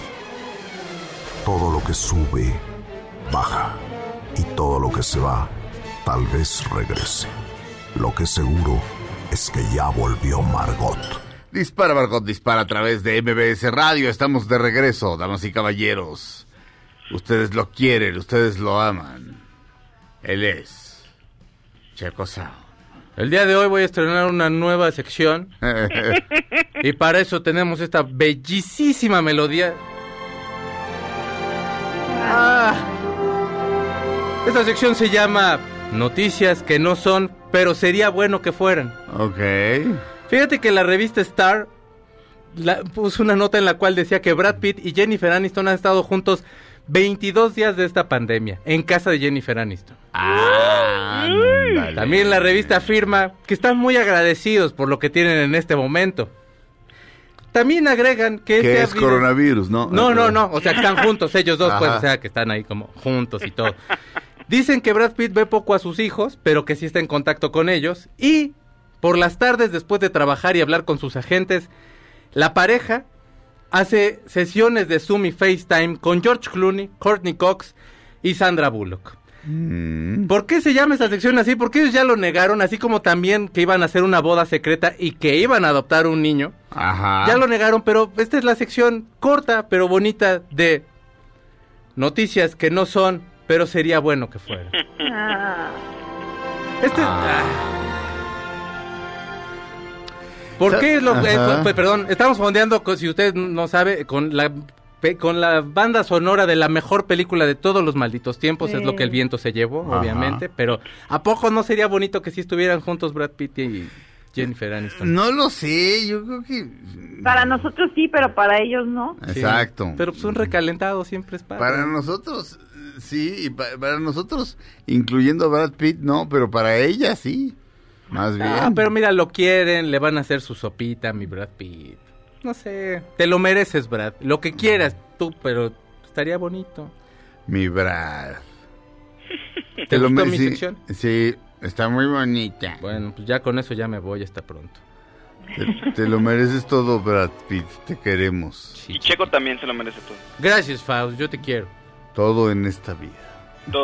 Todo lo que sube, baja. Y todo lo que se va, tal vez regrese. Lo que seguro es que ya volvió Margot. Dispara Margot Dispara a través de M B S Radio. Estamos de regreso, damas y caballeros. Ustedes lo quieren, ustedes lo aman. Él es Checo Sound. El día de hoy voy a estrenar una nueva sección y para eso tenemos esta bellísima melodía. Ah. Esta sección se llama Noticias que no son, pero sería bueno que fueran. Ok. Fíjate que la revista Star la, puso una nota en la cual decía que Brad Pitt y Jennifer Aniston han estado juntos veintidós días de esta pandemia, en casa de Jennifer Aniston. Ah, También la revista afirma que están muy agradecidos por lo que tienen en este momento. También agregan que... Que este es ha- coronavirus, ¿no? No, no, no, o sea, que están juntos ellos dos, pues, Ajá. o sea, que están ahí como juntos y todo. Dicen que Brad Pitt ve poco a sus hijos, pero que sí está en contacto con ellos. Y por las tardes, después de trabajar y hablar con sus agentes, la pareja hace sesiones de Zoom y FaceTime con George Clooney, Courtney Cox y Sandra Bullock. Mm. ¿Por qué se llama esta sección así? Porque ellos ya lo negaron, así como también que iban a hacer una boda secreta y que iban a adoptar un niño. Ajá. Ya lo negaron, pero esta es la sección corta pero bonita de noticias que no son, pero sería bueno que fueran. Ah. Este ah. ¿Por qué es lo Ajá. eh, pues, pues, perdón, estamos fondeando, con- si usted no sabe, con la pe- con la banda sonora de la mejor película de todos los malditos tiempos, Sí. es lo que el viento se llevó, Ajá. obviamente, pero ¿a poco no sería bonito que si estuvieran juntos Brad Pitt y Jennifer Aniston? No lo sé, yo creo que... Para nosotros sí, pero para ellos no. Sí, Exacto. pero pues un recalentado siempre es padre. Para nosotros, sí, y pa- para nosotros, incluyendo a Brad Pitt, no, pero para ella sí, más bien. Ah, pero mira, lo quieren, le van a hacer su sopita a mi Brad Pitt. No sé, te lo mereces, Brad. Lo que quieras tú, pero estaría bonito. Mi Brad. ¿Te gustó me- mi sí, sección? Sí, está muy bonita. Bueno, pues ya con eso ya me voy, hasta pronto. Te, te lo mereces todo, Brad Pitt, te queremos. Y Checo también se lo merece todo. Gracias, Faust, yo te quiero. Todo en esta vida. Todo.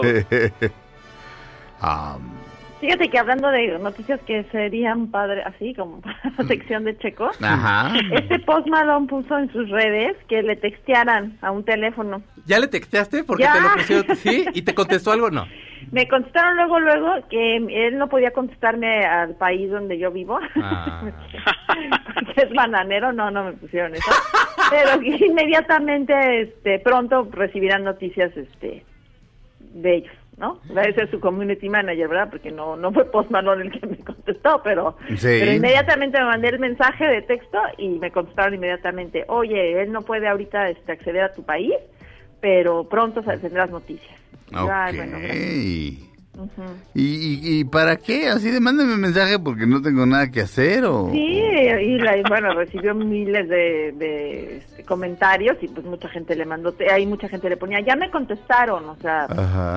Am, Fíjate que hablando de noticias que serían padre, así como para la sección de Checo, ajá. este Post Malone puso en sus redes que le textearan a un teléfono. ¿Ya le texteaste? Porque Ya. te lo pusieron, ¿sí? ¿Y te contestó algo? No. Me contestaron luego, luego que él no podía contestarme al país donde yo vivo. Ah. Porque es bananero, no, no me pusieron eso. Pero que inmediatamente, este, pronto recibirán noticias, este, de ellos, ¿no? Debe ser su community manager, ¿verdad? Porque no, no fue Post Malone el que me contestó, pero, Sí. pero inmediatamente me mandé el mensaje de texto y me contestaron inmediatamente, oye, él no puede ahorita, este, acceder a tu país, pero pronto tendrás noticias. Ok. Ay, bueno, gracias. Ujú. ¿Y, y, y para qué? Así de mándame un mensaje porque no tengo nada que hacer o... Sí, y la- bueno, recibió miles de, de, este, comentarios y pues mucha gente le mandó, te- ahí mucha gente le ponía, ya me contestaron, o sea, Ajá.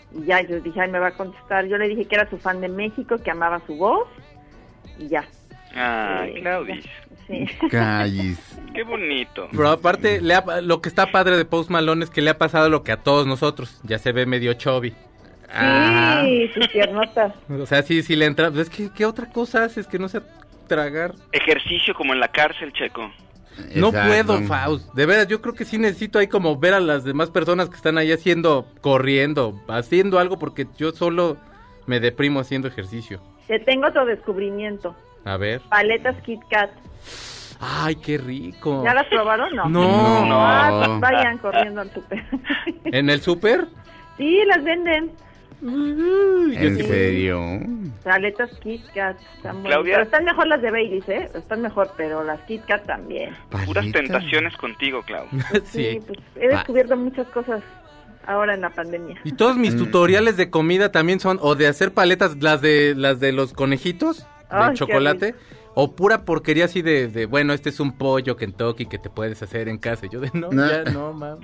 Y ya, yo dije, ay, me va a contestar. Yo le dije que era su fan de México, que amaba su voz, y ya. Ah, Eh, Claudis. Sí. Callis. Qué bonito. Pero aparte, le ha- lo que está padre de Post Malone es que le ha pasado lo que a todos nosotros. Ya se ve medio chubby. Ah. Sí, sus piernotas. O sea, sí, sí le entra. Pues es que, ¿qué otra cosa haces que no sea tragar? Ejercicio como en la cárcel, Checo. No Exacto. puedo, Faust. De veras, yo creo que sí necesito ahí como ver a las demás personas que están ahí haciendo, corriendo, haciendo algo, porque yo solo me deprimo haciendo ejercicio. Te tengo otro descubrimiento. A ver. Paletas Kit Kat. Ay, qué rico. ¿Ya las probaron? No. No. No. Ah, pues vayan corriendo al súper. ¿En el súper? Sí, las venden. ¿En Sí. serio? Paletas Kit Kat. Están buenas. Claudia. Pero están mejor las de Baileys, ¿eh? Están mejor, pero las Kit Kat también. Puras Paleta. tentaciones contigo, Clau. Sí, Sí. pues he descubierto muchas cosas ahora en la pandemia. Y todos mis Mm. tutoriales de comida también son o de hacer paletas, las de las de los conejitos, de Ay, qué chocolate, o pura porquería así de, de, bueno, este es un pollo Kentucky que te puedes hacer en casa. Y yo de, no, No. ya no, mam.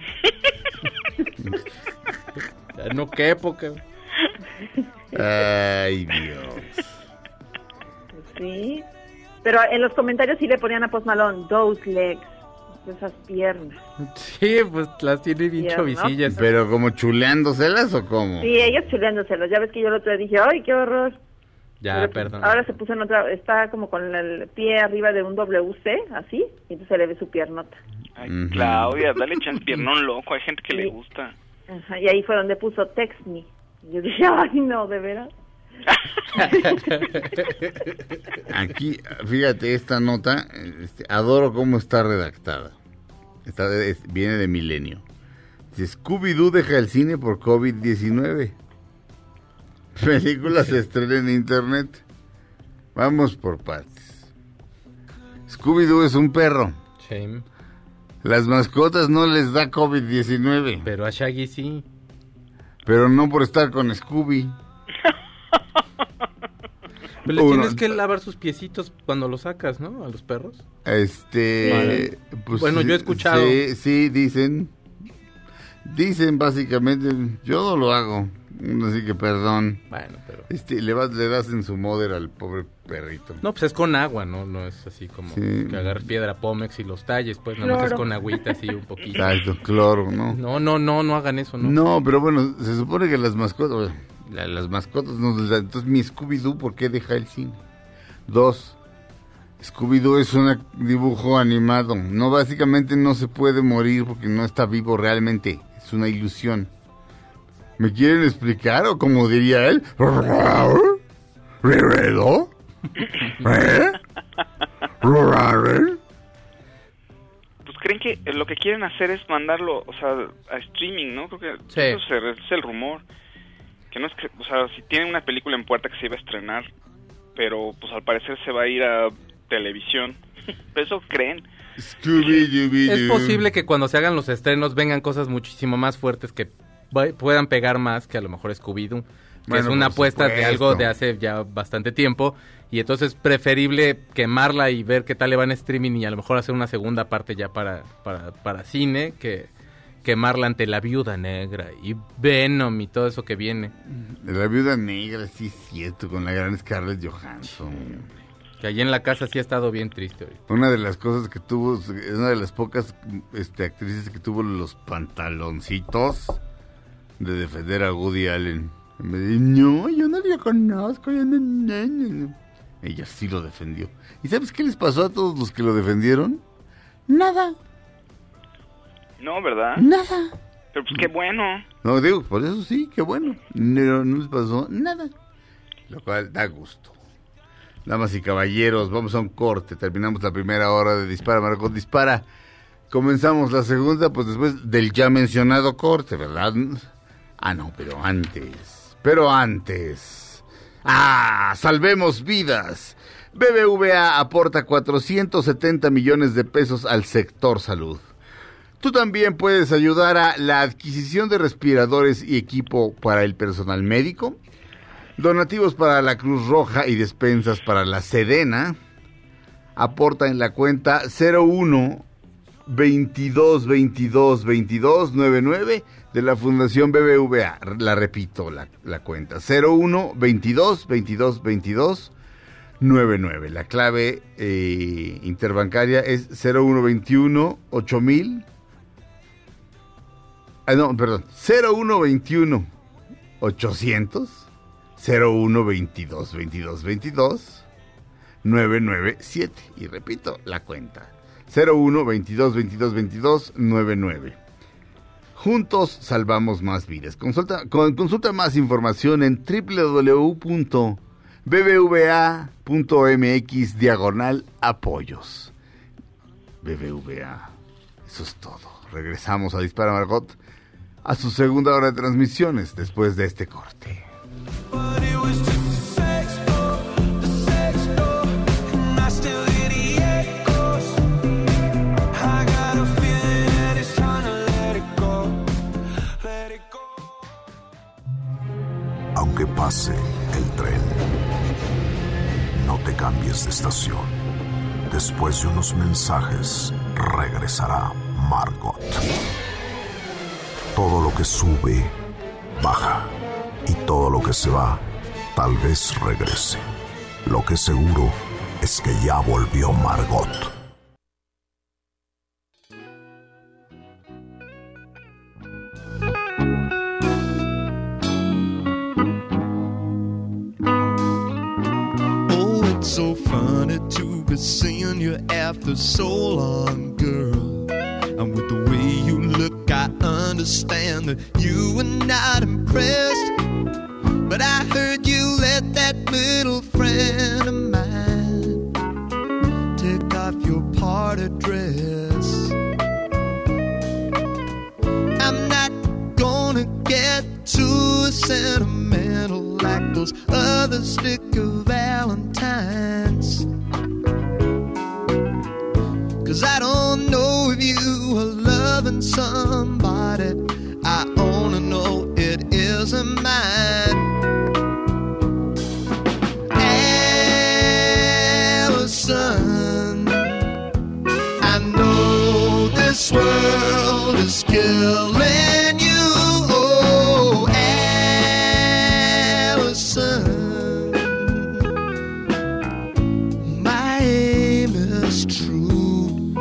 Ya no, qué época. Ay, Dios. Sí. Pero en los comentarios sí le ponían a Post Malone, those legs, esas piernas. Sí, pues las tiene bien Tierno. chovicillas. ¿Pero como chuleándoselas o cómo? Sí, ellos chuleándoselos. Ya ves que yo el otro día dije, ay, qué horror. Ya, Pero, pues, perdón. ahora se puso en otra, está como con el pie arriba de un W C, así, y entonces se le ve su piernota. Ay, Ujú. Claudia, dale chance, piernón loco. Hay gente que Sí. le gusta. Ajá, y ahí fue donde puso text me. Y yo dije, ay, no, de veras. Aquí, fíjate, esta nota, este, adoro cómo está redactada. Está, es- viene de Milenio. Dice, Scooby-Doo deja el cine por COVID diecinueve. Película se estrena en internet. Vamos por partes. Scooby-Doo es un perro. Shame. Las mascotas no les da COVID diecinueve. Pero a Shaggy sí. Pero no por estar con Scooby. Pero le Uno. tienes que lavar sus piecitos cuando los sacas, ¿no? A los perros. Este, pues, Bueno, yo he escuchado. Sí, sí, dicen. Dicen básicamente, yo no lo hago. Así que perdón. Bueno, pero... Este, le, vas, le das en su mother al pobre perrito. No, pues es con agua, ¿no? No es así como Sí. que agarres piedra Pómex y los talles, pues nada más Claro. es con agüita así un poquito. Exacto, cloro, ¿no? No, no, no, no hagan eso, ¿no? No, pero bueno, se supone que las mascotas, la- las mascotas nos les dan. Entonces, mi Scooby-Doo, ¿por qué deja el cine? Dos, Scooby-Doo es un dibujo animado. No, básicamente no se puede morir porque no está vivo realmente. Es una ilusión. ¿Me quieren explicar? O como diría él, ¿Riredo? ¿Eh? Pues creen que lo que quieren hacer es mandarlo, o sea, a streaming, ¿no? Creo que Sí. eso es el, es el rumor. Que no es que, o sea, si tienen una película en puerta que se iba a estrenar, pero pues al parecer se va a ir a televisión. ¿Eso creen? Scooby-Dooby-Doo. Es posible que cuando se hagan los estrenos vengan cosas muchísimo más fuertes que va- puedan pegar más que a lo mejor Scooby-Doo. Que Bueno, es una por apuesta de algo supuesto. de hace ya bastante tiempo. Y entonces es preferible quemarla y ver qué tal le va en streaming y a lo mejor hacer una segunda parte ya para, para, para cine que quemarla ante La Viuda Negra y Venom y todo eso que viene. La Viuda Negra, sí es cierto, con la gran Scarlett Johansson. Que allí en la casa sí ha estado bien triste ahorita. Una de las cosas que tuvo, es una de las pocas este, actrices que tuvo los pantaloncitos de defender a Woody Allen. En vez de, no, yo no lo conozco, yo no, no, no, no". Ella sí lo defendió. ¿Y sabes qué les pasó a todos los que lo defendieron? Nada, No, ¿verdad? nada. Pero pues qué bueno. No, digo, por eso sí, qué bueno. No, no les pasó nada. Lo cual da gusto. Damas y caballeros, vamos a un corte. Terminamos la primera hora de Dispara, Margot Dispara. Comenzamos la segunda, pues después del ya mencionado corte, ¿verdad? Ah, no, pero antes. Pero antes. ¡Ah! ¡Salvemos vidas! B B V A aporta cuatrocientos setenta millones de pesos al sector salud. Tú también puedes ayudar a la adquisición de respiradores y equipo para el personal médico, donativos para la Cruz Roja y despensas para la Sedena. Aporta en la cuenta cero uno veintidós veintidós veintidós noventa y nueve de la Fundación B B V A. La repito, la, la cuenta. cero uno veintidós veintidós veintidós noventa y nueve. La clave eh, interbancaria es cero uno veintiuno ocho mil. Ah, no, perdón. cero uno veintiuno ochocientos cero uno veintidós veintidós veintidós noventa y nueve siete. Y repito, la cuenta. cero uno veintidós veintidós veintidós noventa y nueve. Juntos salvamos más vidas. Consulta, con, consulta más información en doble u doble u doble u punto b b v a punto m x diagonal apoyos. B B V A. Eso es todo. Regresamos a Dispara Margot a su segunda hora de transmisiones después de este corte. Aunque pase el tren, no te cambies de estación. Después de unos mensajes, regresará Margot. Todo lo que sube, baja. Y todo lo que se va, tal vez regrese. Lo que seguro es que ya volvió Margot. So funny to be seeing you after so long, girl. And with the way you look, I understand that you were not impressed. But I heard you let that little friend of mine take off your party dress. I'm not gonna get too sentimental like those other sticker Valentines, 'cause I don't know if you are loving somebody. I only know it isn't mine. Allison, I know this world is killing you. Oh, Allison, my aim is true.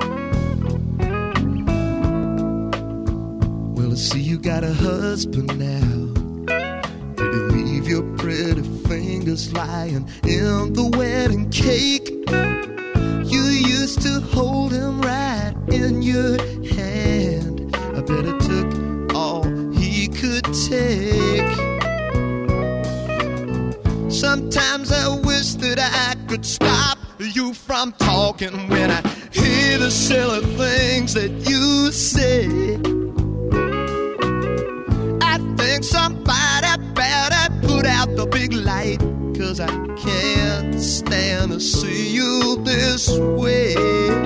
Well, I see you got a husband now. Did you leave your pretty fingers lying in the wedding cake? You used to hold him right in your hand. I bet it took all he could take. Sometimes I wish that I could stop you from talking when I hear the silly things that you say. I think somebody better put out the big light, 'cause I can't stand to see you this way.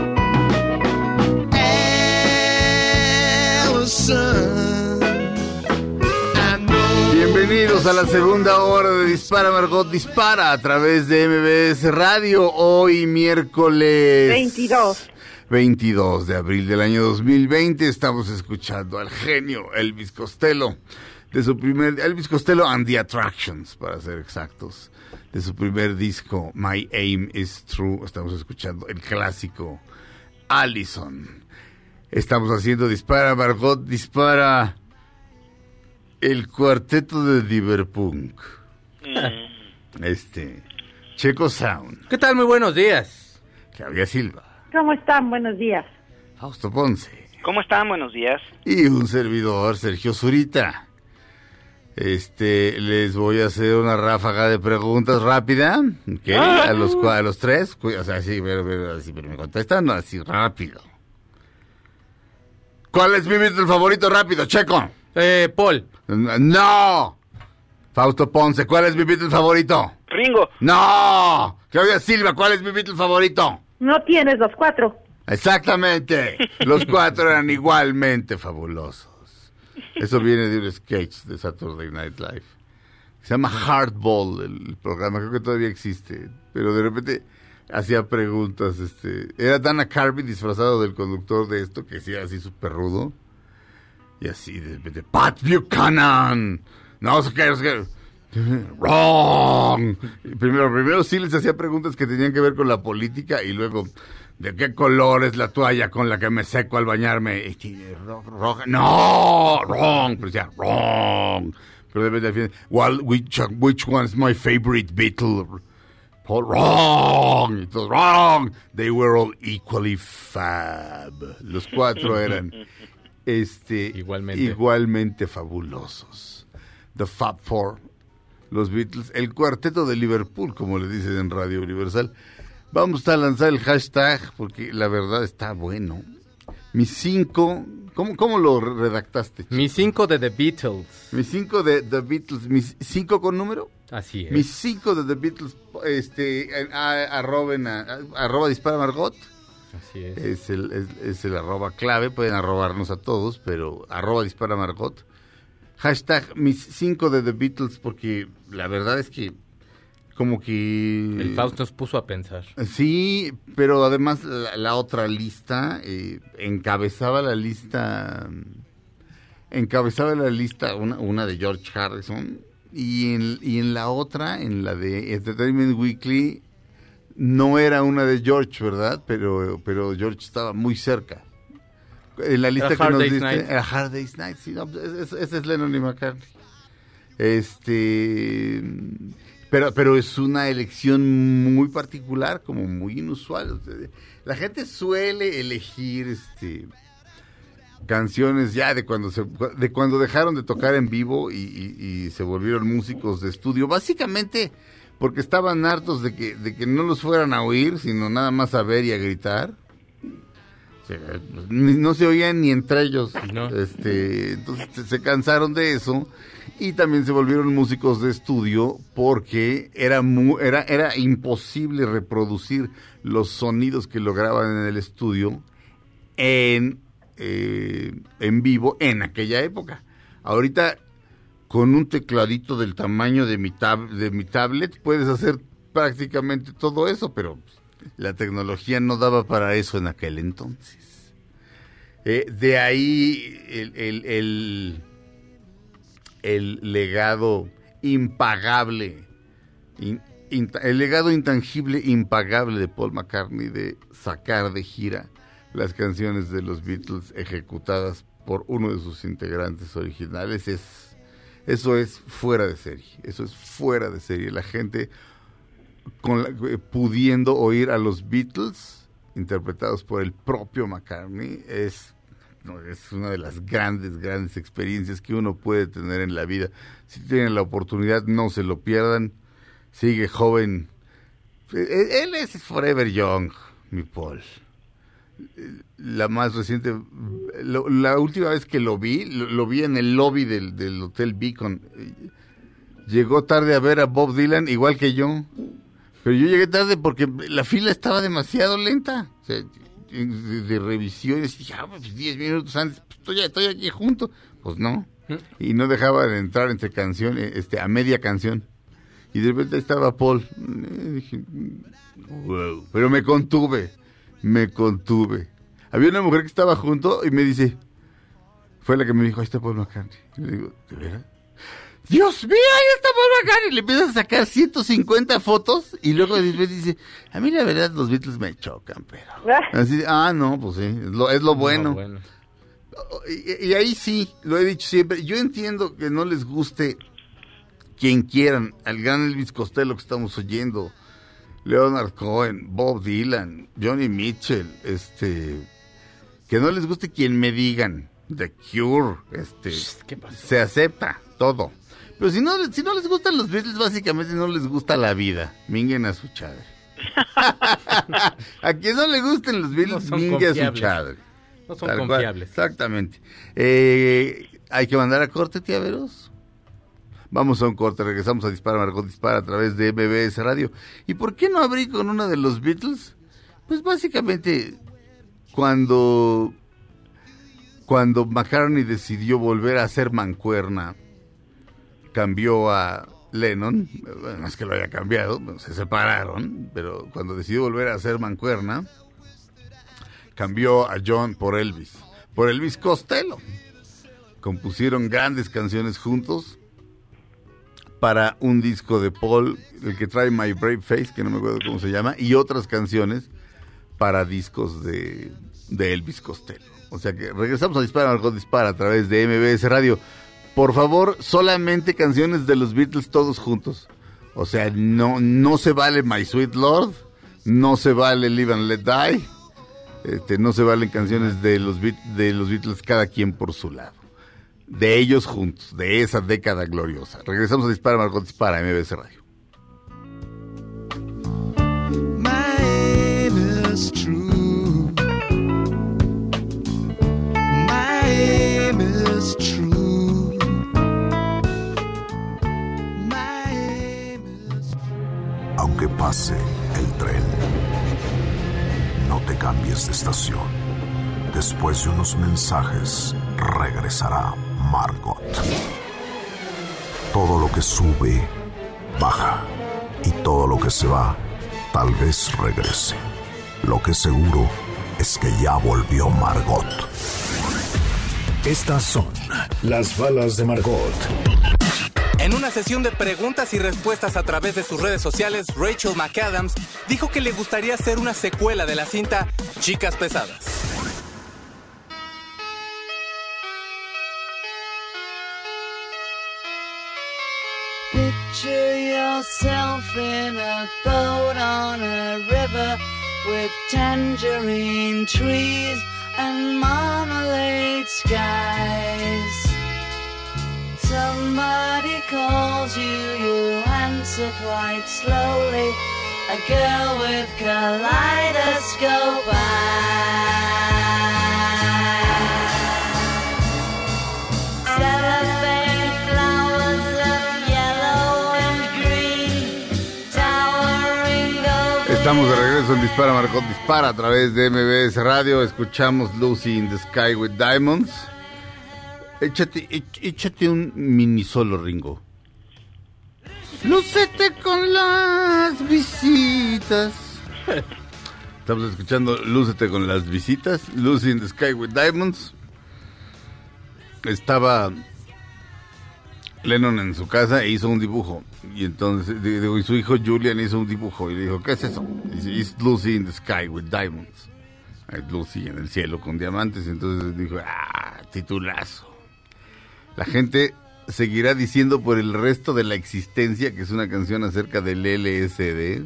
Allison, I know. Bienvenidos a la segunda hora de Dispara Margot Dispara a través de M B S Radio. Hoy miércoles veintidós. veintidós de abril del año dos mil veinte. Estamos escuchando al genio Elvis Costello de su primer Elvis Costello and the Attractions, para ser exactos, de su primer disco My Aim is True. Estamos escuchando el clásico Allison. Estamos haciendo Dispara Margot Dispara, el cuarteto de Diverpunk. Mm. Este Checo Sound. ¿Qué tal? Muy buenos días. Claudia Silva. ¿Cómo están? Buenos días. Fausto Ponce. ¿Cómo están? Buenos días. Y un servidor, Sergio Zurita. Este, les voy a hacer una ráfaga de preguntas rápida, ¿ok? A los, a los tres, o sea, sí, pero, pero, así, pero me contestan así rápido. ¿Cuál es mi Beatle favorito? Rápido, Checo. Eh, Paul. No. Fausto Ponce, ¿cuál es mi Beatle favorito? Ringo. No. Claudia Silva, ¿cuál es mi Beatle favorito? No tienes los cuatro. Exactamente. Los cuatro eran igualmente fabulosos. Eso viene de un sketch de Saturday Night Live. Se llama Hardball, el programa, creo que todavía existe. Pero de repente hacía preguntas, este, era Dana Carvey disfrazado del conductor de esto, que decía así súper rudo, y así, de, de Pat Buchanan, no sé qué, no sé qué, wrong, y primero, primero sí les hacía preguntas que tenían que ver con la política, y luego, ¿de qué color es la toalla con la que me seco al bañarme? Roja, no, wrong, pero decía, wrong, pero de repente al final, well, which, which one is my favorite Beatle? Paul, wrong, it was wrong. They were all equally fab. Los cuatro eran este, igualmente. igualmente fabulosos. The Fab Four, los Beatles, el cuarteto de Liverpool, como le dicen en Radio Universal. Vamos a lanzar el hashtag porque la verdad está bueno. Mis cinco, ¿cómo, cómo lo redactaste? Mis cinco de The Beatles. Mis cinco de The Beatles, mis cinco con número. Así es. Mis cinco de The Beatles, este, a, a, arroben a, a, arroba dispara Margot. Así es. Es el, es, es el arroba clave, pueden arrobarnos a todos, pero arroba dispara Margot. Hashtag mis cinco de The Beatles, porque la verdad es que como que... El Faust nos puso a pensar. Sí, pero además la, la otra lista, eh, encabezaba la lista, encabezaba la lista una, una de George Harrison, y en, y en la otra, en la de Entertainment Weekly, no era una de George, ¿verdad? Pero, pero George estaba muy cerca. En la lista que nos diste, era Hard Day's Night, sí, no, ese es, es Lennon y McCartney. Este... Pero, pero es una elección muy particular, como muy inusual. La gente suele elegir este canciones ya de cuando se, de cuando dejaron de tocar en vivo y, y, y se volvieron músicos de estudio, básicamente porque estaban hartos de que, de que no los fueran a oír, sino nada más a ver y a gritar. O sea, no se oían ni entre ellos. No. Este, entonces se cansaron de eso. Y también se volvieron músicos de estudio porque era, mu- era, era imposible reproducir los sonidos que lograban en el estudio en, eh, en vivo en aquella época. Ahorita, con un tecladito del tamaño de mi, tab- de mi tablet, puedes hacer prácticamente todo eso, pero la tecnología no daba para eso en aquel entonces. Eh, de ahí el... el, el el legado impagable, in, in, el legado intangible impagable de Paul McCartney de sacar de gira las canciones de los Beatles ejecutadas por uno de sus integrantes originales, es eso es fuera de serie, eso es fuera de serie. La gente con la, pudiendo oír a los Beatles interpretados por el propio McCartney es No, es una de las grandes, grandes experiencias que uno puede tener en la vida. Si tienen la oportunidad, no se lo pierdan. Sigue joven. Él es forever young, mi Paul. La más reciente, lo, la última vez que lo vi, lo, lo vi en el lobby del, del Hotel Beacon. Llegó tarde a ver a Bob Dylan, igual que yo. Pero yo llegué tarde porque la fila estaba demasiado lenta. O sea, De, de revisiones, y dije, ah, pues diez minutos antes, pues estoy, estoy aquí junto, pues no, y no dejaba de entrar entre canciones, este, a media canción, y de repente estaba Paul, y dije, wow, pero me contuve, me contuve, había una mujer que estaba junto, y me dice, fue la que me dijo, ahí está Paul McCartney, y le digo, ¿de verdad? Dios mío, ahí está Paul McCartney. Le empiezas a sacar ciento cincuenta fotos y luego después dice, a mí la verdad los Beatles me chocan, pero... Así, ah, no, pues sí, es lo, es lo bueno. No, bueno. Y, y ahí sí, lo he dicho siempre, yo entiendo que no les guste quien quieran, al gran Elvis Costello que estamos oyendo, Leonard Cohen, Bob Dylan, Johnny Mitchell, este... que no les guste quien me digan, The Cure, este... ¿Qué pasó? Se acepta todo. Pero si no, si no les gustan los Beatles, básicamente no les gusta la vida. Minguen a su chadre. A quien no le gusten los Beatles, no mingue a su chadre. No son Tal confiables. Cual, exactamente. Eh, Hay que mandar a corte, tía Veros. Vamos a un corte, regresamos a Dispara, Margot Dispara a través de M B S Radio. ¿Y por qué no abrí con una de los Beatles? Pues básicamente, cuando, cuando McCartney decidió volver a hacer mancuerna, cambió a Lennon, bueno, no es que lo haya cambiado, se separaron, pero cuando decidió volver a hacer mancuerna, cambió a John por Elvis, por Elvis Costello. Compusieron grandes canciones juntos para un disco de Paul, el que trae My Brave Face, que no me acuerdo cómo se llama, y otras canciones para discos de, de Elvis Costello. O sea que regresamos a Dispara, Margot Dispara a través de M B S Radio. Por favor, solamente canciones de los Beatles todos juntos. O sea, no, no se vale My Sweet Lord, no se vale Live and Let Die, este, no se valen canciones de los, de los Beatles cada quien por su lado. De ellos juntos, de esa década gloriosa. Regresamos a Dispara, Margot Dispara, M B S Radio. My aim is true. My aim is true. My aim is true. Aunque pase el tren, no te cambies de estación. Después de unos mensajes, regresará Margot. Todo lo que sube, baja. Y todo lo que se va, tal vez regrese. Lo que seguro es que ya volvió Margot. Estas son las balas de Margot. En una sesión de preguntas y respuestas a través de sus redes sociales, Rachel McAdams dijo que le gustaría hacer una secuela de la cinta Chicas Pesadas. Picture yourself in a boat on a river with tangerine trees and marmalade skies. Somebody calls you, you answer quite slowly. A girl with kaleidoscope eyes. Cellophane flowers of yellow and green, towering over. Estamos de regreso en Dispara, Margot Dispara a través de M B S Radio. Escuchamos Lucy in the Sky with Diamonds. Échate, échate un mini solo, Ringo. Lúcete con las visitas. Estamos escuchando Lúcete con las visitas, Lucy in the Sky with Diamonds. Estaba Lennon en su casa e hizo un dibujo. Y entonces, digo, y su hijo Julian hizo un dibujo. Y le dijo, ¿qué es eso? Y dice, it's Lucy in the Sky with Diamonds. Es Lucy en el cielo con diamantes. Entonces dijo, ah, titulazo. La gente seguirá diciendo por el resto de la existencia que es una canción acerca del L S D.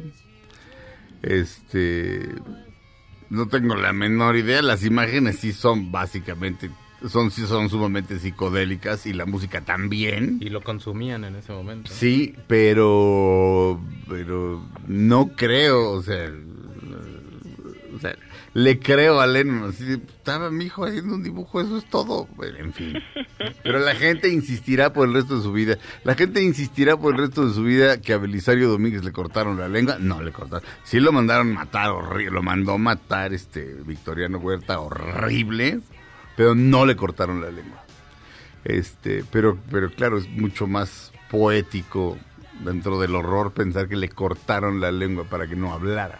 Este, no tengo la menor idea. Las imágenes sí son básicamente, son sí son sumamente psicodélicas y la música también. Y lo consumían en ese momento. Sí, pero, pero no creo, o sea, o sea, le creo a Lennon, así, estaba mi hijo haciendo un dibujo, eso es todo, bueno, en fin. Pero la gente insistirá por el resto de su vida, la gente insistirá por el resto de su vida que a Belisario Domínguez le cortaron la lengua, no le cortaron, sí lo mandaron matar, horrible, lo mandó matar este Victoriano Huerta, horrible, pero no le cortaron la lengua. Este, pero, pero claro, es mucho más poético dentro del horror pensar que le cortaron la lengua para que no hablara.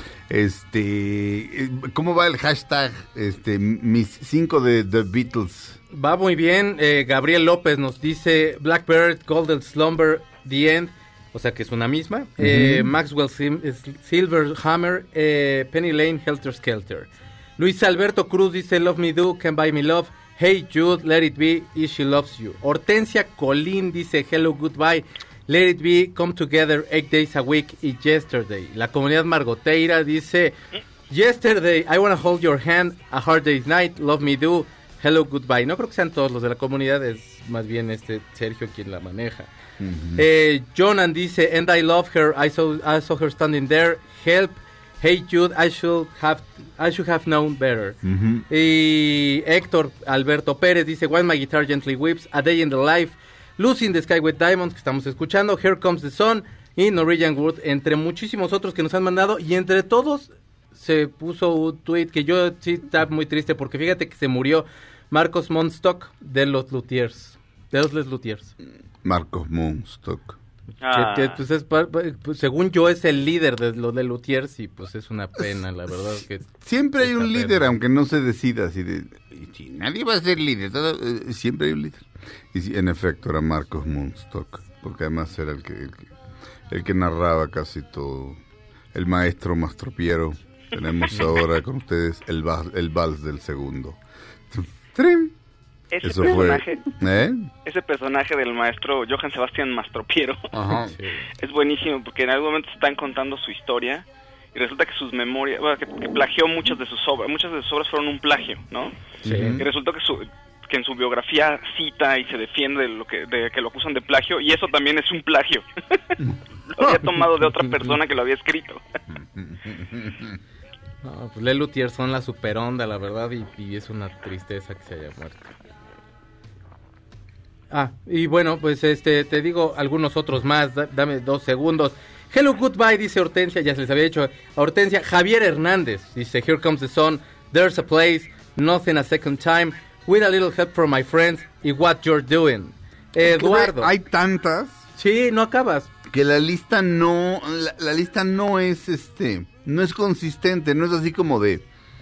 Este, ¿cómo va el hashtag? Este, mis cinco de The Beatles. Va muy bien. eh, Gabriel López nos dice Blackbird, Golden Slumber, The End, o sea que es una misma. Uh-huh. eh, Maxwell Sim- Silverhammer, eh, Penny Lane, Helter Skelter. Luis Alberto Cruz dice Love Me Do, Can Buy Me Love, Hey Jude, Let It Be, If She Loves You. Hortensia Colín dice Hello Goodbye, Let It Be, Come Together, Eight Days a Week y Yesterday. La comunidad margoteira dice Yesterday, I Wanna Hold Your Hand, A Hard Day's Night, Love Me Do, Hello Goodbye. No creo que sean todos los de la comunidad, es más bien este Sergio quien la maneja. Uh-huh. eh, Jonan dice And I Love Her, I saw, I saw Her Standing There, Help, Hey Jude, I should have, I should have known better. Uh-huh. Y Héctor Alberto Pérez dice While My Guitar Gently Weeps, A Day in the Life, Lucy in the Sky with Diamonds, que estamos escuchando, Here Comes the Sun y Norwegian Wood, entre muchísimos otros que nos han mandado, y entre todos se puso un tweet que yo sí estaba muy triste porque fíjate que se murió Marcos Monstock de los Luthiers, de los Les Luthiers. Marcos Monstock. Ah. Que, que, pues es, pues, según yo es el líder de los Lelutiers y pues es una pena, la verdad que siempre hay un pena. líder, aunque no se decida así de, si nadie va a ser líder, todo, eh, siempre hay un líder. Y sí, en efecto era Marcos Munstock, porque además era el que, el que el que narraba casi todo, el maestro Mastropiero. Tenemos ahora con ustedes el vals, el vals del segundo. ¡Trim! Ese Eso personaje, fue, ¿eh? ese personaje del maestro Johann Sebastian Mastropiero Ajá. es buenísimo porque en algún momento están contando su historia y resulta que sus memorias, bueno, que, que plagió muchas de sus obras, muchas de sus obras fueron un plagio, ¿no? Sí. Y resultó que su que en su biografía cita y se defiende de lo que de que lo acusan de plagio y eso también es un plagio. Lo había tomado de otra persona que lo había escrito. No, pues Lelutiers son la super onda, la verdad, y, y es una tristeza que se haya muerto. Ah, y bueno, pues este, te digo algunos otros más, da, dame dos segundos. Hello, goodbye, dice Hortensia, ya se les había dicho a Hortensia. Javier Hernández dice, Here comes the sun, there's a place, nothing a second time, with a little help from my friends, y what you're doing. Eduardo. Hay tantas. Sí, no acabas. Que la lista no, la, la lista no es, este, no es consistente, no es así como de...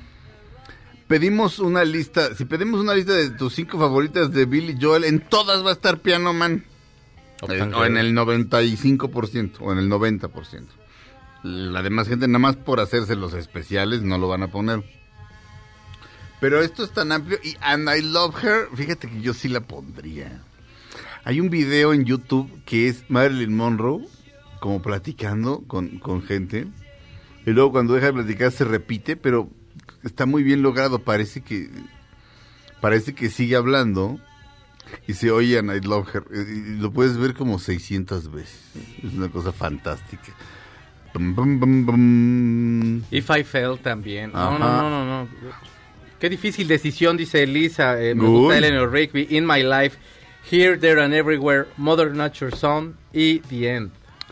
Pedimos una lista, si pedimos una lista de tus cinco favoritas de Billy Joel, en todas va a estar Piano Man. En, o en el noventa y cinco por ciento, o en el noventa por ciento. La demás gente, nada más por hacerse los especiales, no lo van a poner. Pero esto es tan amplio, y And I Love Her, fíjate que yo sí la pondría. Hay un video en YouTube que es Marilyn Monroe, como platicando con, con gente, y luego cuando deja de platicar se repite, pero... está muy bien logrado, parece que parece que sigue hablando y se oye And I Love Her, y lo puedes ver como seiscientas veces, es una cosa fantástica. Bum, bum, bum, bum. If I Fell también. Ajá. No, no, no, no, no. Qué difícil decisión, dice Elisa. Eh, me Uy. gusta Eleanor Rigby, In My Life, Here, There and Everywhere, Mother Nature's Son y The End.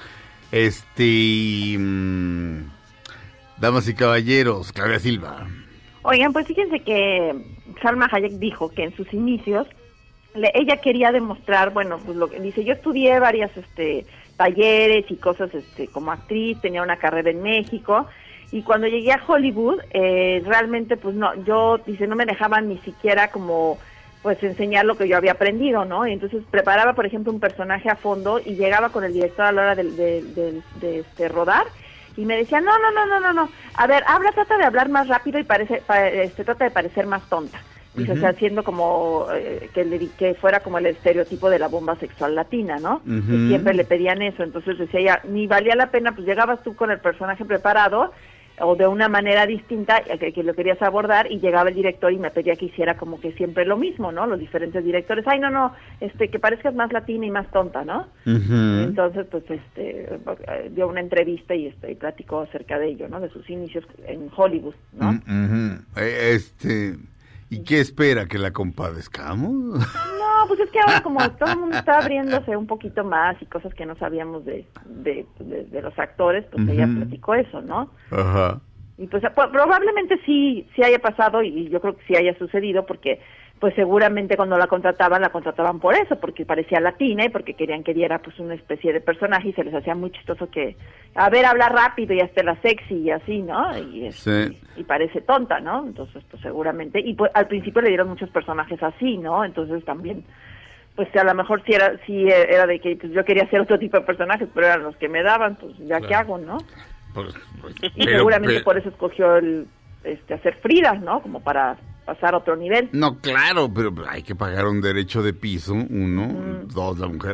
Este... Mmm, damas y caballeros, Claudia Silva. Oigan, pues fíjense que Salma Hayek dijo que en sus inicios le, ella quería demostrar, bueno, pues lo que dice, yo estudié varias este talleres y cosas este como actriz, tenía una carrera en México y cuando llegué a Hollywood eh, realmente pues no, yo dice no me dejaban ni siquiera como pues enseñar lo que yo había aprendido, ¿no? Y entonces preparaba, por ejemplo, un personaje a fondo y llegaba con el director a la hora de, de, de, de este, rodar y me decía, no, no, no, no, no, no, a ver, habla, trata de hablar más rápido y parece, pa, este, trata de parecer más tonta. Dice, uh-huh. O sea, haciendo como, eh, que, le, que fuera como el estereotipo de la bomba sexual latina, ¿no? Uh-huh. Y siempre le pedían eso, entonces decía ella, ni valía la pena, pues llegabas tú con el personaje preparado, o de una manera distinta que, que lo querías abordar y llegaba el director y me pedía que hiciera como que siempre lo mismo, ¿no? Los diferentes directores, ay, no, no, este, que parezcas más latina y más tonta, ¿no? Uh-huh. Entonces, pues, este, dio una entrevista y, este, y platicó acerca de ello, ¿no? De sus inicios en Hollywood, ¿no? Uh-huh. Este, ¿y qué espera? ¿Que la compadezcamos? No, pues es que ahora como todo el mundo está abriéndose un poquito más y cosas que no sabíamos de, de, de, de los actores, pues uh-huh. ella platicó eso, ¿no? Ajá. Y pues probablemente sí, sí haya pasado y yo creo que sí haya sucedido porque pues seguramente cuando la contrataban, la contrataban por eso, porque parecía latina y porque querían que diera pues una especie de personaje y se les hacía muy chistoso que, a ver, habla rápido y hasta la sexy y así, ¿no? Y, es, sí. y, y parece tonta, ¿no? Entonces, pues seguramente, y pues al principio le dieron muchos personajes así, ¿no? Entonces también, pues a lo mejor sí era, sí era de que pues, yo quería hacer otro tipo de personajes, pero eran los que me daban, pues ya claro. ¿Qué hago, no? Pues, pues, y pero, seguramente pero... por eso escogió el, este, hacer Frida, ¿no? Como para pasar a otro nivel. No, claro, pero hay que pagar un derecho de piso, uno, mm. dos, la mujer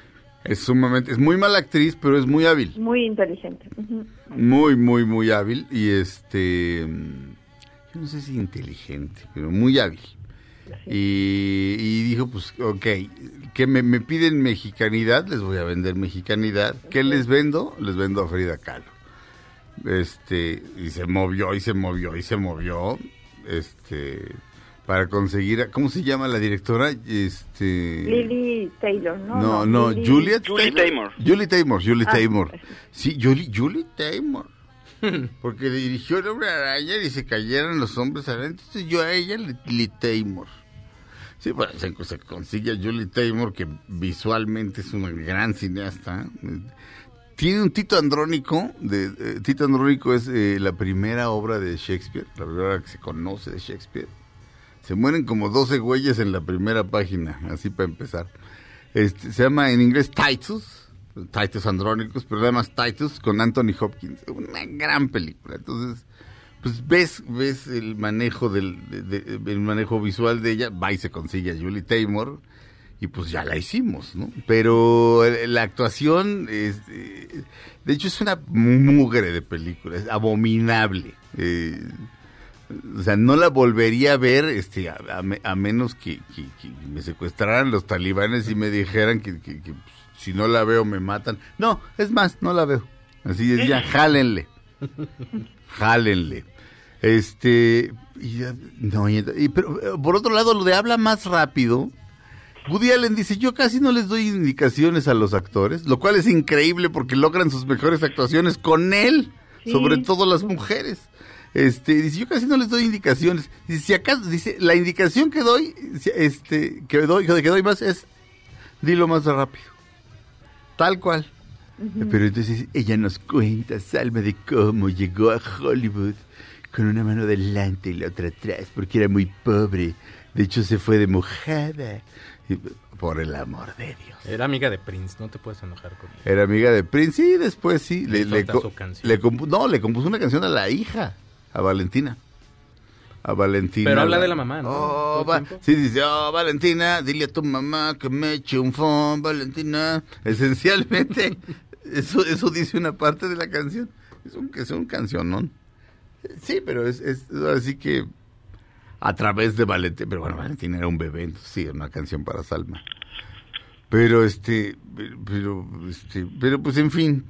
es sumamente, es muy mala actriz, pero es muy hábil. Muy inteligente. Uh-huh. Muy, muy, muy hábil y este, yo no sé si inteligente, pero muy hábil. Y, y dijo, pues, ok, que me, me piden mexicanidad, les voy a vender mexicanidad. ¿Qué les vendo? Les vendo a Frida Kahlo. Este, y se movió, y se movió, y se movió, este, para conseguir, ¿cómo se llama la directora? Este... Lily Taylor, ¿no? No, no, Lily... Juliet Julie Taymor. Julie Taymor, Julie ah, Taymor. Sí, Julie, Julie Taymor. Porque dirigió El Hombre Araña y se cayeron los hombres araña, entonces yo a ella, Lily Taymor. Sí, bueno, se, se consigue a Julie Taymor, que visualmente es una gran cineasta. Tiene un Tito Andrónico. De, eh, Tito Andrónico es eh, la primera obra de Shakespeare, la primera obra que se conoce de Shakespeare. Se mueren como doce güeyes en la primera página, así para empezar. Este, se llama en inglés Titus, Titus Andrónicos, pero además Titus con Anthony Hopkins. Una gran película. Entonces, pues ves ves el manejo del de, de, el manejo visual de ella, va y se consigue a Julie Taymor y pues ya la hicimos, ¿no? Pero la actuación es, de hecho es una mugre de película, es abominable. Eh, o sea, no la volvería a ver este a, a, a menos que, que, que me secuestraran los talibanes y me dijeran que, que, que pues, si no la veo me matan. No, es más, no la veo. Así es, ya, jálenle. Jálenle. Este, y ya, no, y, y, pero por otro lado, lo de habla más rápido, Woody Allen dice, yo casi no les doy indicaciones a los actores, lo cual es increíble porque logran sus mejores actuaciones con él, sí. Sobre todo las mujeres. Este, dice, yo casi no les doy indicaciones. Dice, si acaso, dice, la indicación que doy, este, que doy, que doy más es, dilo más rápido. Tal cual. Uh-huh. Pero entonces ella nos cuenta, Salma, de cómo llegó a Hollywood con una mano delante y la otra atrás, porque era muy pobre. De hecho, se fue de mojada. Por el amor de Dios. Era amiga de Prince, no te puedes enojar con ella. Era amiga de Prince, sí, después sí. Le, le, co- le compu- no, le compuso una canción a la hija, a Valentina. A Valentina. Pero habla la... de la mamá, ¿no? Oh, va... Sí, dice, oh, Valentina, dile a tu mamá que me eche un phone, Valentina. Esencialmente, eso eso dice una parte de la canción. Es un, es un canción, ¿no? Sí, pero es, es así que a través de Valentina, pero bueno, Valentina era un bebé, entonces sí, era una canción para Salma. Pero este, pero, este, pero pues en fin,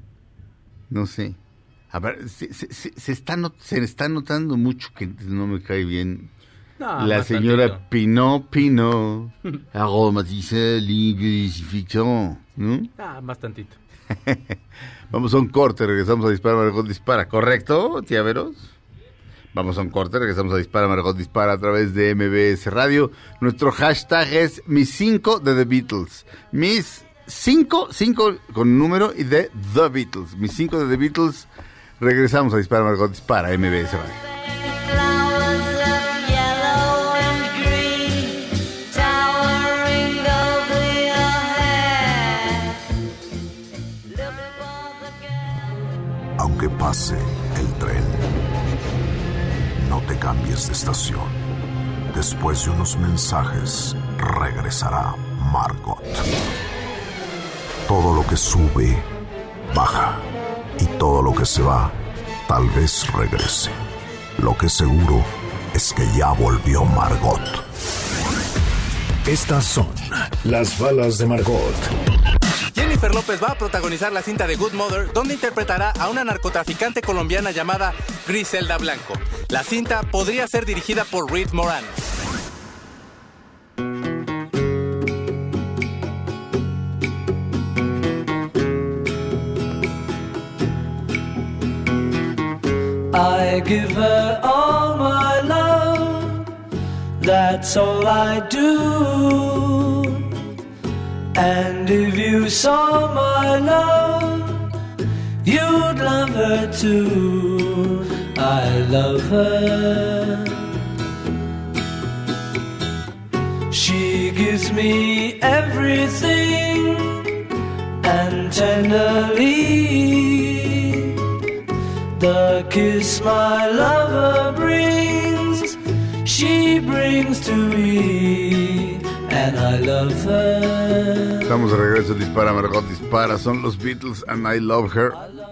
no sé. A ver, se, se, se, se, está not, se está notando mucho que no me cae bien no, la señora tantito. Pinot Pinot, aromatiza, limpio, ¿no? Ah, más tantito. Vamos a un corte, regresamos a Dispara, Margot Dispara, ¿correcto, tía Veros? Vamos a un corte, regresamos a Dispara, Margot Dispara a través de M B S Radio. Nuestro hashtag es mis cinco de The Beatles. Mis cinco, cinco con número y de The Beatles. Mis cinco de The Beatles. Regresamos a Dispara, Margot Dispara, M B S Radio. Aunque pase el tren, no te cambies de estación. Después de unos mensajes, regresará Margot. Todo lo que sube, baja. Y todo lo que se va, tal vez regrese. Lo que seguro es que ya volvió Margot. Estas son las balas de Margot. Jennifer López va a protagonizar la cinta de Good Mother, donde interpretará a una narcotraficante colombiana llamada Griselda Blanco. La cinta podría ser dirigida por Reed Moran. I give her all my love, that's all I do. And if you saw my love, you'd love her too. I love her. She gives me everything, and tenderly the kiss my lover brings, she brings to me, and I love her. Estamos de regreso, Dispara, Margot Dispara, son los Beatles and I love her.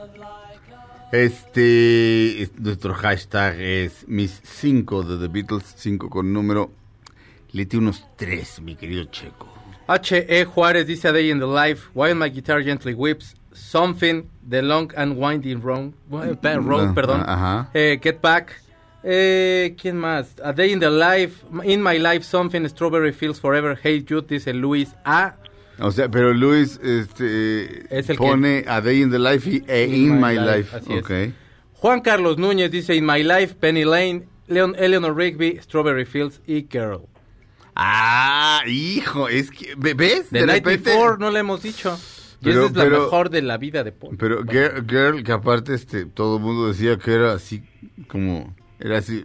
Este, nuestro hashtag es mis cinco de The Beatles, cinco con número. Lete unos tres, mi querido Checo. H E Juárez dice A Day in the Life, While My Guitar Gently Weeps, Something, The Long and Winding Road, road perdón, uh, eh, Get Back, eh, ¿quién más? A Day in the Life, In My Life, Something, Strawberry Fields Forever, Hey Jude, dice Luis A. O sea, pero Luis este, es el pone que... A Day in the Life y e In, in My, my Life. Life. Okay. Es. Juan Carlos Núñez dice In My Life, Penny Lane, Leon, Eleanor Rigby, Strawberry Fields y Carol. Ah, hijo, es que, ¿ves? The de Night repente... Before no le hemos dicho. Y Pero- esa es la pero- mejor de la vida de Paul. Pero girl, girl, que aparte este todo el mundo decía que era así como era así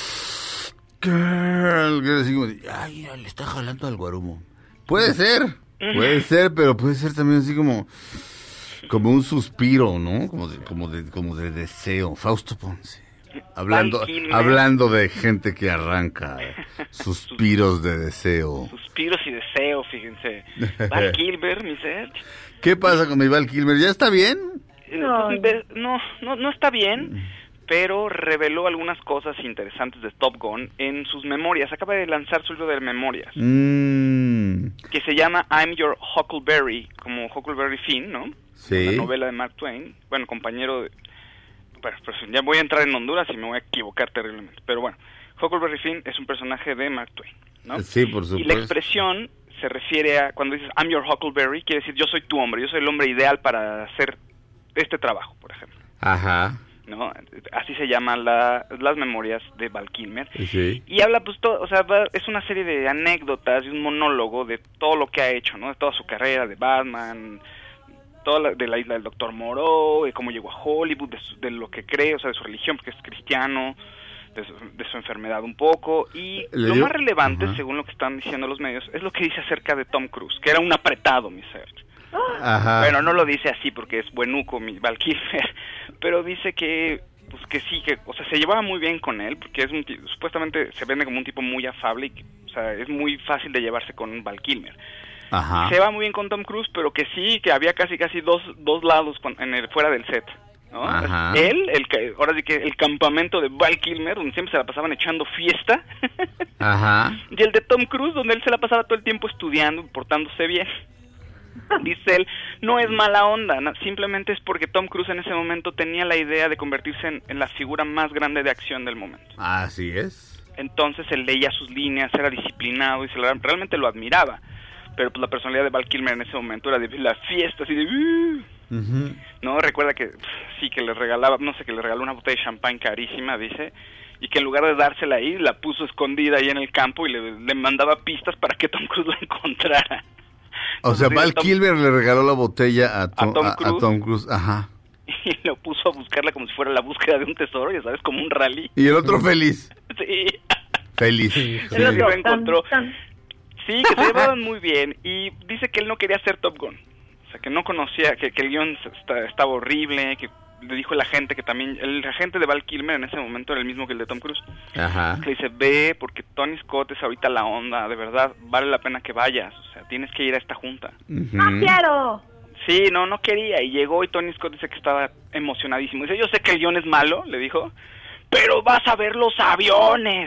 girl, que era así como de, ay, le está jalando al guarumo. Puede ser, puede ser, pero puede ser también así como como un suspiro, ¿no? Como de como de como de deseo. Fausto Ponce. Hablando Val Kilmer. hablando de gente que arranca suspiros de deseo. Suspiros y deseo, fíjense. Val Kilmer, mi Serge. ¿Qué pasa con mi Val Kilmer? ¿Ya está bien? Eh, pues, ve- no, no, no está bien, pero reveló algunas cosas interesantes de Top Gun en sus memorias. Acaba de lanzar su libro de memorias, Mm, que se llama I'm Your Huckleberry, como Huckleberry Finn, ¿no? sí. La novela de Mark Twain. Bueno, compañero de... Bueno, pues ya voy a entrar en Honduras y me voy a equivocar terriblemente. Pero bueno, Huckleberry Finn es un personaje de Mark Twain, ¿no? Sí, por Y la supuesto. expresión se refiere a, cuando dices I'm your Huckleberry, quiere decir yo soy tu hombre, yo soy el hombre ideal para hacer este trabajo, por ejemplo, Ajá. ¿no? Así se llaman la, las memorias de Val Kilmer. Sí. Y habla, pues, todo, o sea, va- es una serie de anécdotas y un monólogo de todo lo que ha hecho, ¿no? De toda su carrera, de Batman, toda la, de la isla del Doctor Moreau, de cómo llegó a Hollywood, de, su- de lo que cree, o sea, de su religión, porque es cristiano, de su, de su enfermedad un poco, y Le lo dio- más relevante, Ajá. según lo que están diciendo los medios, es lo que dice acerca de Tom Cruise, que era un apretado, mi Serge. Ajá. Bueno, no lo dice así porque es buenuco mi Val Kilmer, pero dice que pues que sí, que o sea, se llevaba muy bien con él, porque es un ti- supuestamente se vende como un tipo muy afable y que, o sea, es muy fácil de llevarse con Val Kilmer. Ajá. Se va muy bien con Tom Cruise, pero que sí, que había casi casi dos dos lados con- en el fuera del set, ¿no? Ajá. Él, el que- ahora sí que el campamento de Val Kilmer, donde siempre se la pasaban echando fiesta, Ajá. y el de Tom Cruise, donde él se la pasaba todo el tiempo estudiando, portándose bien. Dice él, no es mala onda, no, simplemente es porque Tom Cruise en ese momento tenía la idea de convertirse en, en la figura más grande de acción del momento. Así es. Entonces él leía sus líneas, era disciplinado y se la- realmente lo admiraba. Pero pues la personalidad de Val Kilmer en ese momento era de la fiesta, así de... "Uh", Ujú. ¿no? Recuerda que pf, sí, que le regalaba, no sé, que le regaló una botella de champán carísima, dice, y que en lugar de dársela ahí, la puso escondida ahí en el campo y le, le mandaba pistas para que Tom Cruise la encontrara. O sea, Entonces, Val Tom- Kilmer le regaló la botella a Tom, Tom a- a Cruise. Tom Cruise. Ajá. Y lo puso a buscarla como si fuera la búsqueda de un tesoro, ya sabes, como un rally. Y el otro feliz. Sí. Feliz. Sí, Sí. lo encontró. Sí, que se llevaban muy bien. Y dice que él no quería hacer Top Gun. O sea, que no conocía, que, que el guión está- estaba horrible, que le dijo el agente que también... El agente de Val Kilmer en ese momento era el mismo que el de Tom Cruise. Ajá. Que le dice, ve, porque Tony Scott es ahorita la onda, de verdad, vale la pena que vayas. O sea, tienes que ir a esta junta. ¡No quiero! Sí, no, no quería. Y llegó y Tony Scott dice que estaba emocionadísimo. Dice, yo sé que el guión es malo, le dijo, pero vas a ver los aviones.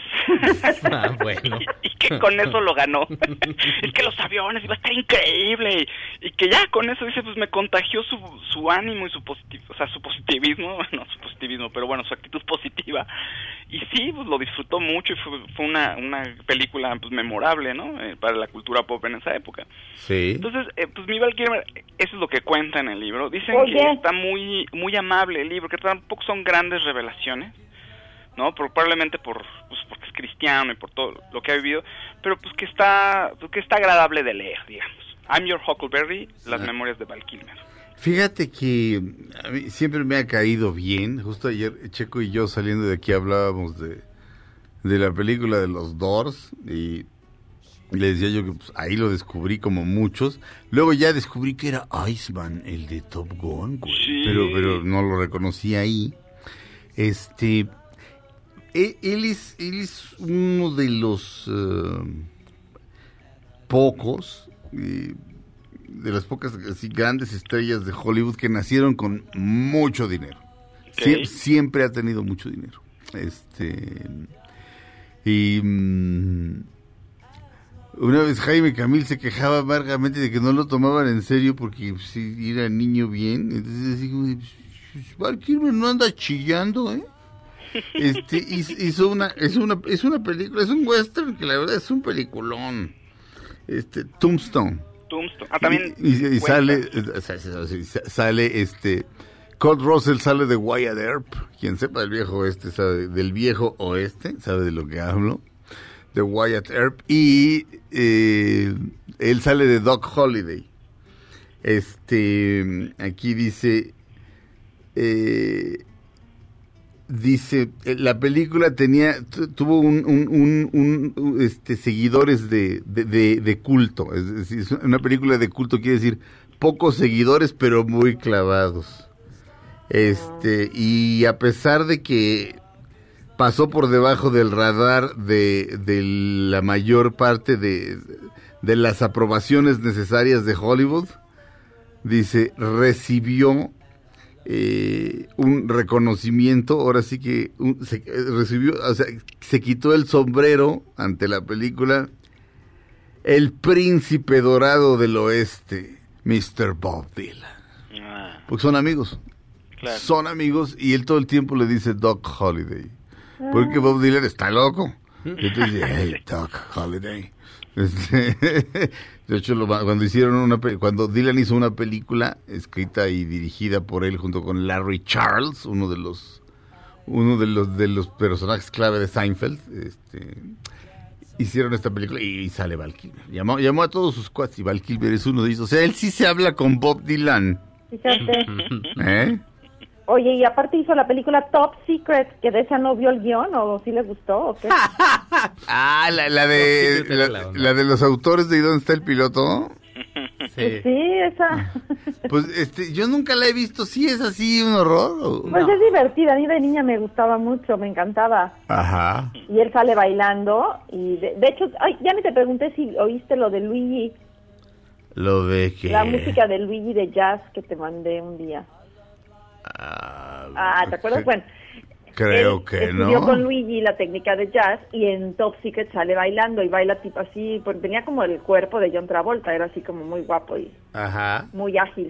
Ah, bueno. y, y que con eso lo ganó. Es que los aviones iba a estar increíble. Y, y que ya con eso, dice, pues me contagió su, su ánimo y su positivo, o sea, su positivismo, no su positivismo, pero bueno, su actitud positiva. Y sí, pues lo disfrutó mucho y fue, fue una, una película pues memorable, ¿no? Eh, para la cultura pop en esa época. Sí. Entonces, eh, pues mi Val Kilmer, eso es lo que cuenta en el libro. Dicen Oye. que está muy muy amable el libro, que tampoco son grandes revelaciones, ¿no? Por, probablemente por pues porque es cristiano y por todo lo que ha vivido, pero pues que está pues, que está agradable de leer, digamos. I'm Your Huckleberry, las Ah. memorias de Val Kilmer. Fíjate que a mí siempre me ha caído bien. Justo ayer Checo y yo saliendo de aquí hablábamos de, de la película de los Doors y le decía yo que pues, ahí lo descubrí como muchos. Luego ya descubrí que era Iceman, el de Top Gun, güey. Sí. Pero, pero no lo reconocí ahí. Este, e- él es, él es uno de los eh, pocos, eh, de las pocas así, grandes estrellas de Hollywood que nacieron con mucho dinero. Sie- siempre ha tenido mucho dinero. Este y mm, una vez Jaime Camil se quejaba amargamente de que no lo tomaban en serio porque pues, sí, era niño bien. Entonces así como de, pues, Val Kilmer no anda chillando, ¿eh? Este hizo hizo una es una es una película, es un western que la verdad es un peliculón. Este Tombstone. Tombstone. Ah, también Y, y- y cuenta. sale, eh, sale, sale este, Kurt Russell sale de Wyatt Earp, quien sepa del viejo oeste, sabe, del viejo oeste, sabe de lo que hablo. de Wyatt Earp, y eh, él sale de Doc Holliday. Este, aquí dice, eh, dice, la película tenía, tuvo un, un, un, un este, seguidores de, de, de, de culto, es decir, es una película de culto, quiere decir, pocos seguidores, pero muy clavados. Este, y a pesar de que pasó por debajo del radar de, de la mayor parte de, de las aprobaciones necesarias de Hollywood, dice, recibió eh, un reconocimiento, ahora sí que un, se, recibió, o sea, se quitó el sombrero ante la película, el príncipe dorado del oeste, mister Bob Dylan. Ah. Porque son amigos, claro. Son amigos, y él todo el tiempo le dice Doc Holliday, porque Bob Dylan está loco. Entonces dice, hey, Doc Holliday. Este, de hecho, lo, cuando hicieron una, cuando Dylan hizo una película escrita y dirigida por él junto con Larry Charles, uno de los, uno de los de los personajes clave de Seinfeld, este, hicieron esta película y sale Val Kilmer. Llamó, llamó a todos sus cuates y Val Kilmer es uno de ellos. O sea, él sí se habla con Bob Dylan. Fíjate. ¿Eh? Oye, y aparte hizo la película Top Secret, que de esa no vio el guión, o sí le gustó, ¿o qué? Ah, la, la de la, la de los autores de ¿Y dónde está el piloto? Sí, sí esa. Pues este, yo nunca la he visto. ¿Sí es así un horror? ¿O? Pues no. Es divertida, a mí de niña me gustaba mucho, me encantaba. Ajá. Y él sale bailando, y de, de hecho, ay, ya ni te pregunté si oíste lo de Luigi. ¿Lo de qué? La música de Luigi de jazz que te mandé un día. Ah, ah, ¿te acuerdas? Bueno, creo él que estudió no. con Luigi la técnica de jazz y en Top Secret sale bailando y baila tipo así, pues tenía como el cuerpo de John Travolta, era así como muy guapo y Ajá. muy ágil.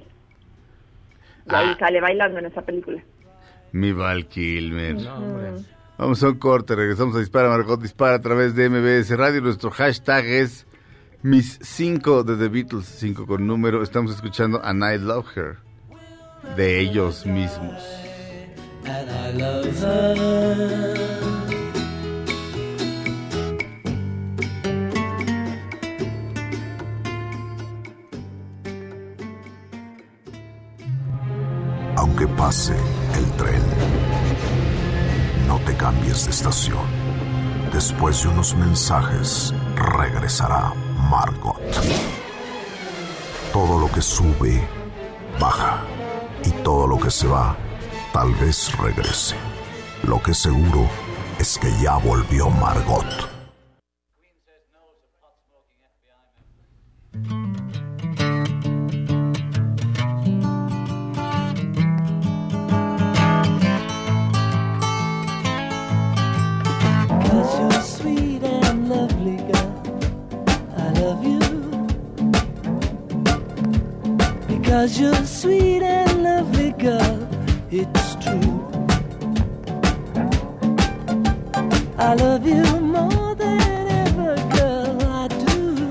Y ah. ahí sale bailando en esa película. Mi Val Kilmer. No, mm. Vamos a un corte, regresamos a Dispara Margot Dispara a través de M B S Radio. Nuestro hashtag es mis cinco de The Beatles, cinco con número. Estamos escuchando And I Love Her, de ellos mismos. And I love her. Aunque pase el tren, no te cambies de estación. Después de unos mensajes, regresará Margot. Todo lo que sube, baja. Y todo lo que se va, tal vez regrese. Lo que seguro es que ya volvió Margot. Because you're sweet and lovely, girl, I love you. Because you're sweet and lovely, girl, it's true. I love you more than ever, girl, I do.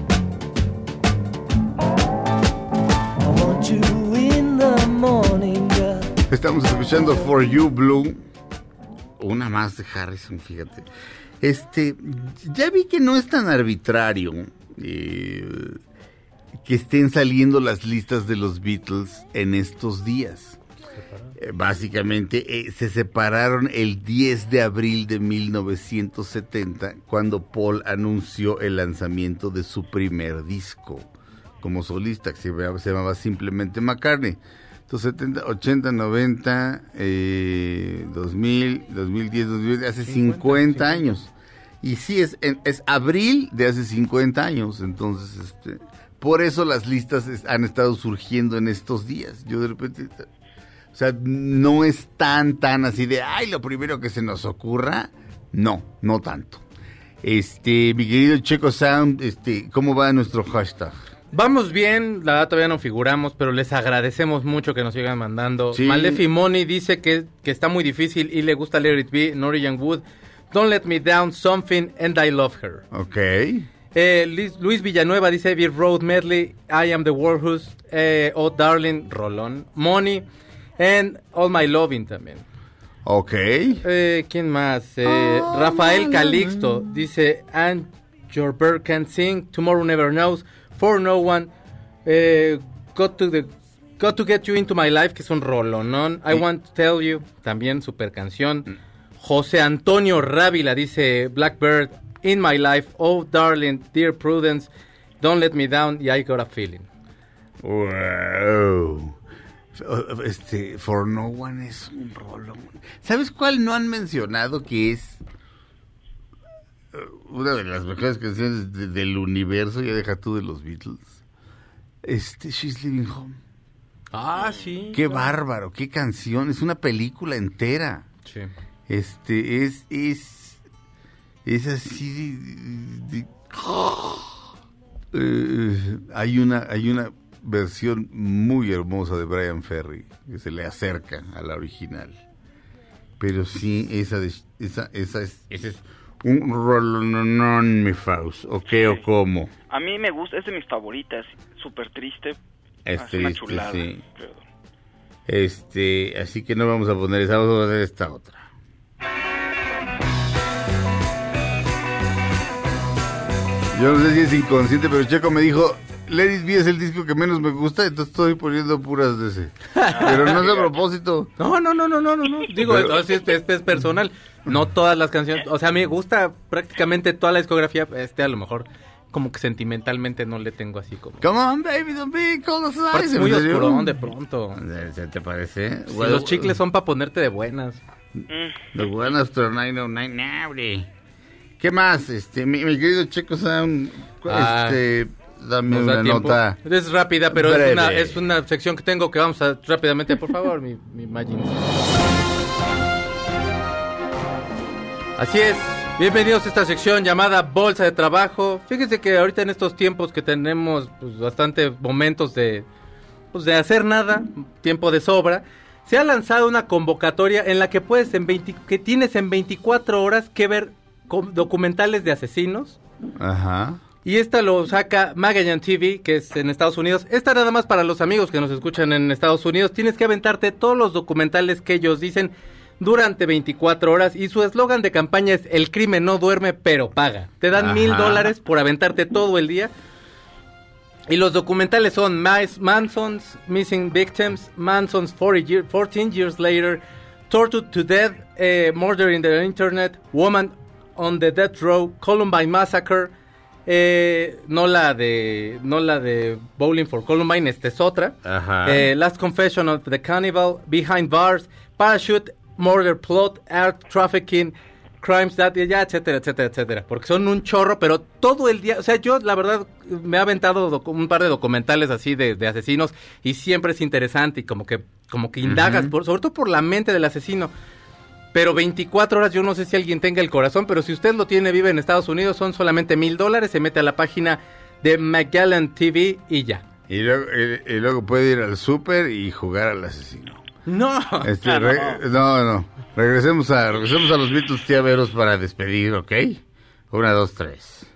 I want you in the morning, girl. Estamos escuchando For You Blue, una más de Harrison, fíjate. Este, ya vi que no es tan arbitrario eh, que estén saliendo las listas de los Beatles en estos días. Eh, básicamente eh, se separaron el diez de abril de mil novecientos setenta, cuando Paul anunció el lanzamiento de su primer disco como solista, que se llamaba, se llamaba simplemente McCartney. Entonces, setenta, ochenta, noventa, eh, dos mil, dos mil diez, dos mil veinte, hace cincuenta años. Y sí, es, es abril de hace cincuenta años. Entonces, este, por eso las listas es, han estado surgiendo en estos días. Yo de repente, o sea, no es tan, tan así de, ay, lo primero que se nos ocurra. No, no tanto. Este, mi querido Checo Sound, este, ¿cómo va nuestro hashtag? Vamos bien, la verdad todavía no figuramos, pero les agradecemos mucho que nos sigan mandando. Sí. Malefi Money dice que, que está muy difícil y le gusta Let It Be, Norwegian Wood, Don't Let Me Down, Something, and I Love Her. Ok. Eh, Luis, Luis Villanueva dice Abbey Road Medley, I Am the Warhorse, eh, Oh Darling, Rolón, Money, and All My Loving también. Ok. Eh, ¿Quién más? Eh, oh, Rafael Calixto dice, and your bird can sing, tomorrow never knows, for no one, eh, got to the, got to get you into my life, que es un rolonón, I want to tell you, también super canción. José Antonio Rávila dice, Blackbird, in my life, oh darling, dear Prudence, don't let me down, y I got a feeling. Wow. Este, For No One es un rolón. ¿Sabes cuál no han mencionado que es una de las mejores canciones de, del universo? Ya deja tú de los Beatles. Este, She's Living Home. Ah, sí. Qué claro. Bárbaro, qué canción. Es una película entera. Sí. Este, es, es, es así de, de, de, uh, hay una, hay una versión muy hermosa de Brian Ferry que se le acerca a la original, pero sí esa de, esa esa es ese es un rolonón, mi Faust. ¿O qué o cómo? A mí me gusta, es de mis favoritas. Súper triste, es es triste, una chulada, sí. Perdón. Este, así que no vamos a poner esa, vamos a poner esta otra. Yo no sé si es inconsciente, pero Checo me dijo, Let It Be es el disco que menos me gusta, entonces estoy poniendo puras de ese. Pero no es a propósito. No, no, no, no, no, no, no. Digo, pero... es, es, es personal. No todas las canciones, o sea, me gusta prácticamente toda la discografía, este a lo mejor como que sentimentalmente no le tengo así como... Come on, baby, don't be cold as ice. Es muy oscurón de pronto. ¿Se te parece? Sí, well, los chicles son para ponerte de buenas. De buenas, pero nueve oh nueve. ¿Qué más? Este, mi, mi querido Checo Sound, ah, este, dame una tiempo. Nota. Es rápida, pero es una, es una sección que tengo que vamos a rápidamente, por favor, mi, mi Magin. Así es. Bienvenidos a esta sección llamada Bolsa de Trabajo. Fíjense que ahorita en estos tiempos que tenemos pues, bastante momentos de, pues, de hacer nada, tiempo de sobra, se ha lanzado una convocatoria en la que puedes en veinte, que tienes en veinticuatro horas que ver documentales de asesinos. Ajá. Y esta lo saca Magellan T V, que es en Estados Unidos. Esta nada más para los amigos que nos escuchan en Estados Unidos. Tienes que aventarte todos los documentales que ellos dicen durante veinticuatro horas, y su eslogan de campaña es el crimen no duerme pero paga. Te dan Ajá. mil dólares por aventarte todo el día. Y los documentales son Manson's Missing Victims, Manson's fourteen Years Later, Tortured to Death, eh, Murder in the Internet, Woman on the Death Row, Columbine Massacre, eh, no la de no la de Bowling for Columbine, esta es otra. Ajá. Eh, Last Confession of the Cannibal, Behind Bars, Parachute, Murder Plot, Art Trafficking, Crimes That, ya, etcétera, etcétera, etcétera, porque son un chorro, pero todo el día, o sea, yo la verdad me he aventado docu- un par de documentales así de, de asesinos y siempre es interesante y como que como que indagas, uh-huh. por, sobre todo por la mente del asesino, pero veinticuatro horas, yo no sé si alguien tenga el corazón, pero si usted lo tiene, vive en Estados Unidos, son solamente mil dólares, se mete a la página de Magellan T V y ya. Y luego, y, y luego puede ir al súper y jugar al asesino. No, este, claro. re, no, no. Regresemos a, regresemos a los Beatles, tía Veros, para despedir, ¿ok? Una, dos, tres.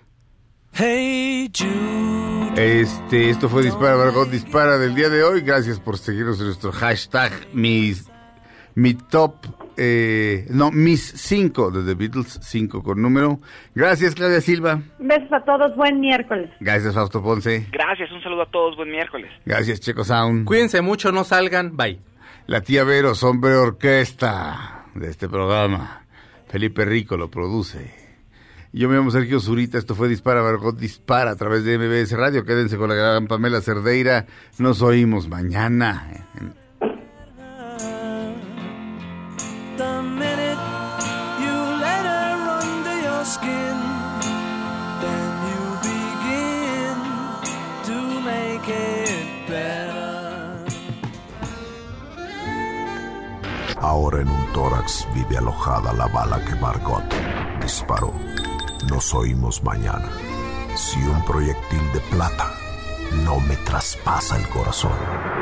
Hey Jude. Este, esto fue Dispara, Margot Dispara del día de hoy. Gracias por seguirnos en nuestro hashtag, mis, mi top, eh, no, mis cinco de The Beatles, cinco con número. Gracias, Claudia Silva. Besos a todos, buen miércoles. Gracias, Fausto Ponce. Gracias, un saludo a todos, buen miércoles. Gracias, Checo Sound. Cuídense mucho, no salgan, bye. La tía Veros, hombre orquesta de este programa. Felipe Rico lo produce. Yo me llamo Sergio Zurita, esto fue Dispara, Margot Dispara a través de M B S Radio. Quédense con la gran Pamela Cerdeira. Nos oímos mañana. The minute you let her under your skin, then you begin to make it better. Ahora en un tórax vive alojada la bala que Margot disparó. Nos oímos mañana. Si un proyectil de plata no me traspasa el corazón.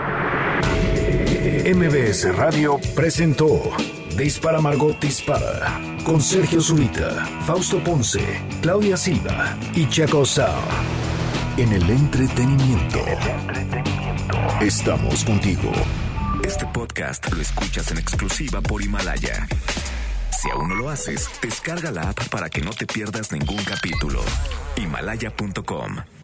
M B S Radio presentó Dispara, Margot Dispara con Sergio Zurita, Fausto Ponce, Claudia Silva y Checo Sound. En el entretenimiento estamos contigo. Este podcast lo escuchas en exclusiva por Himalaya. Si aún no lo haces, descarga la app para que no te pierdas ningún capítulo. Himalaya punto com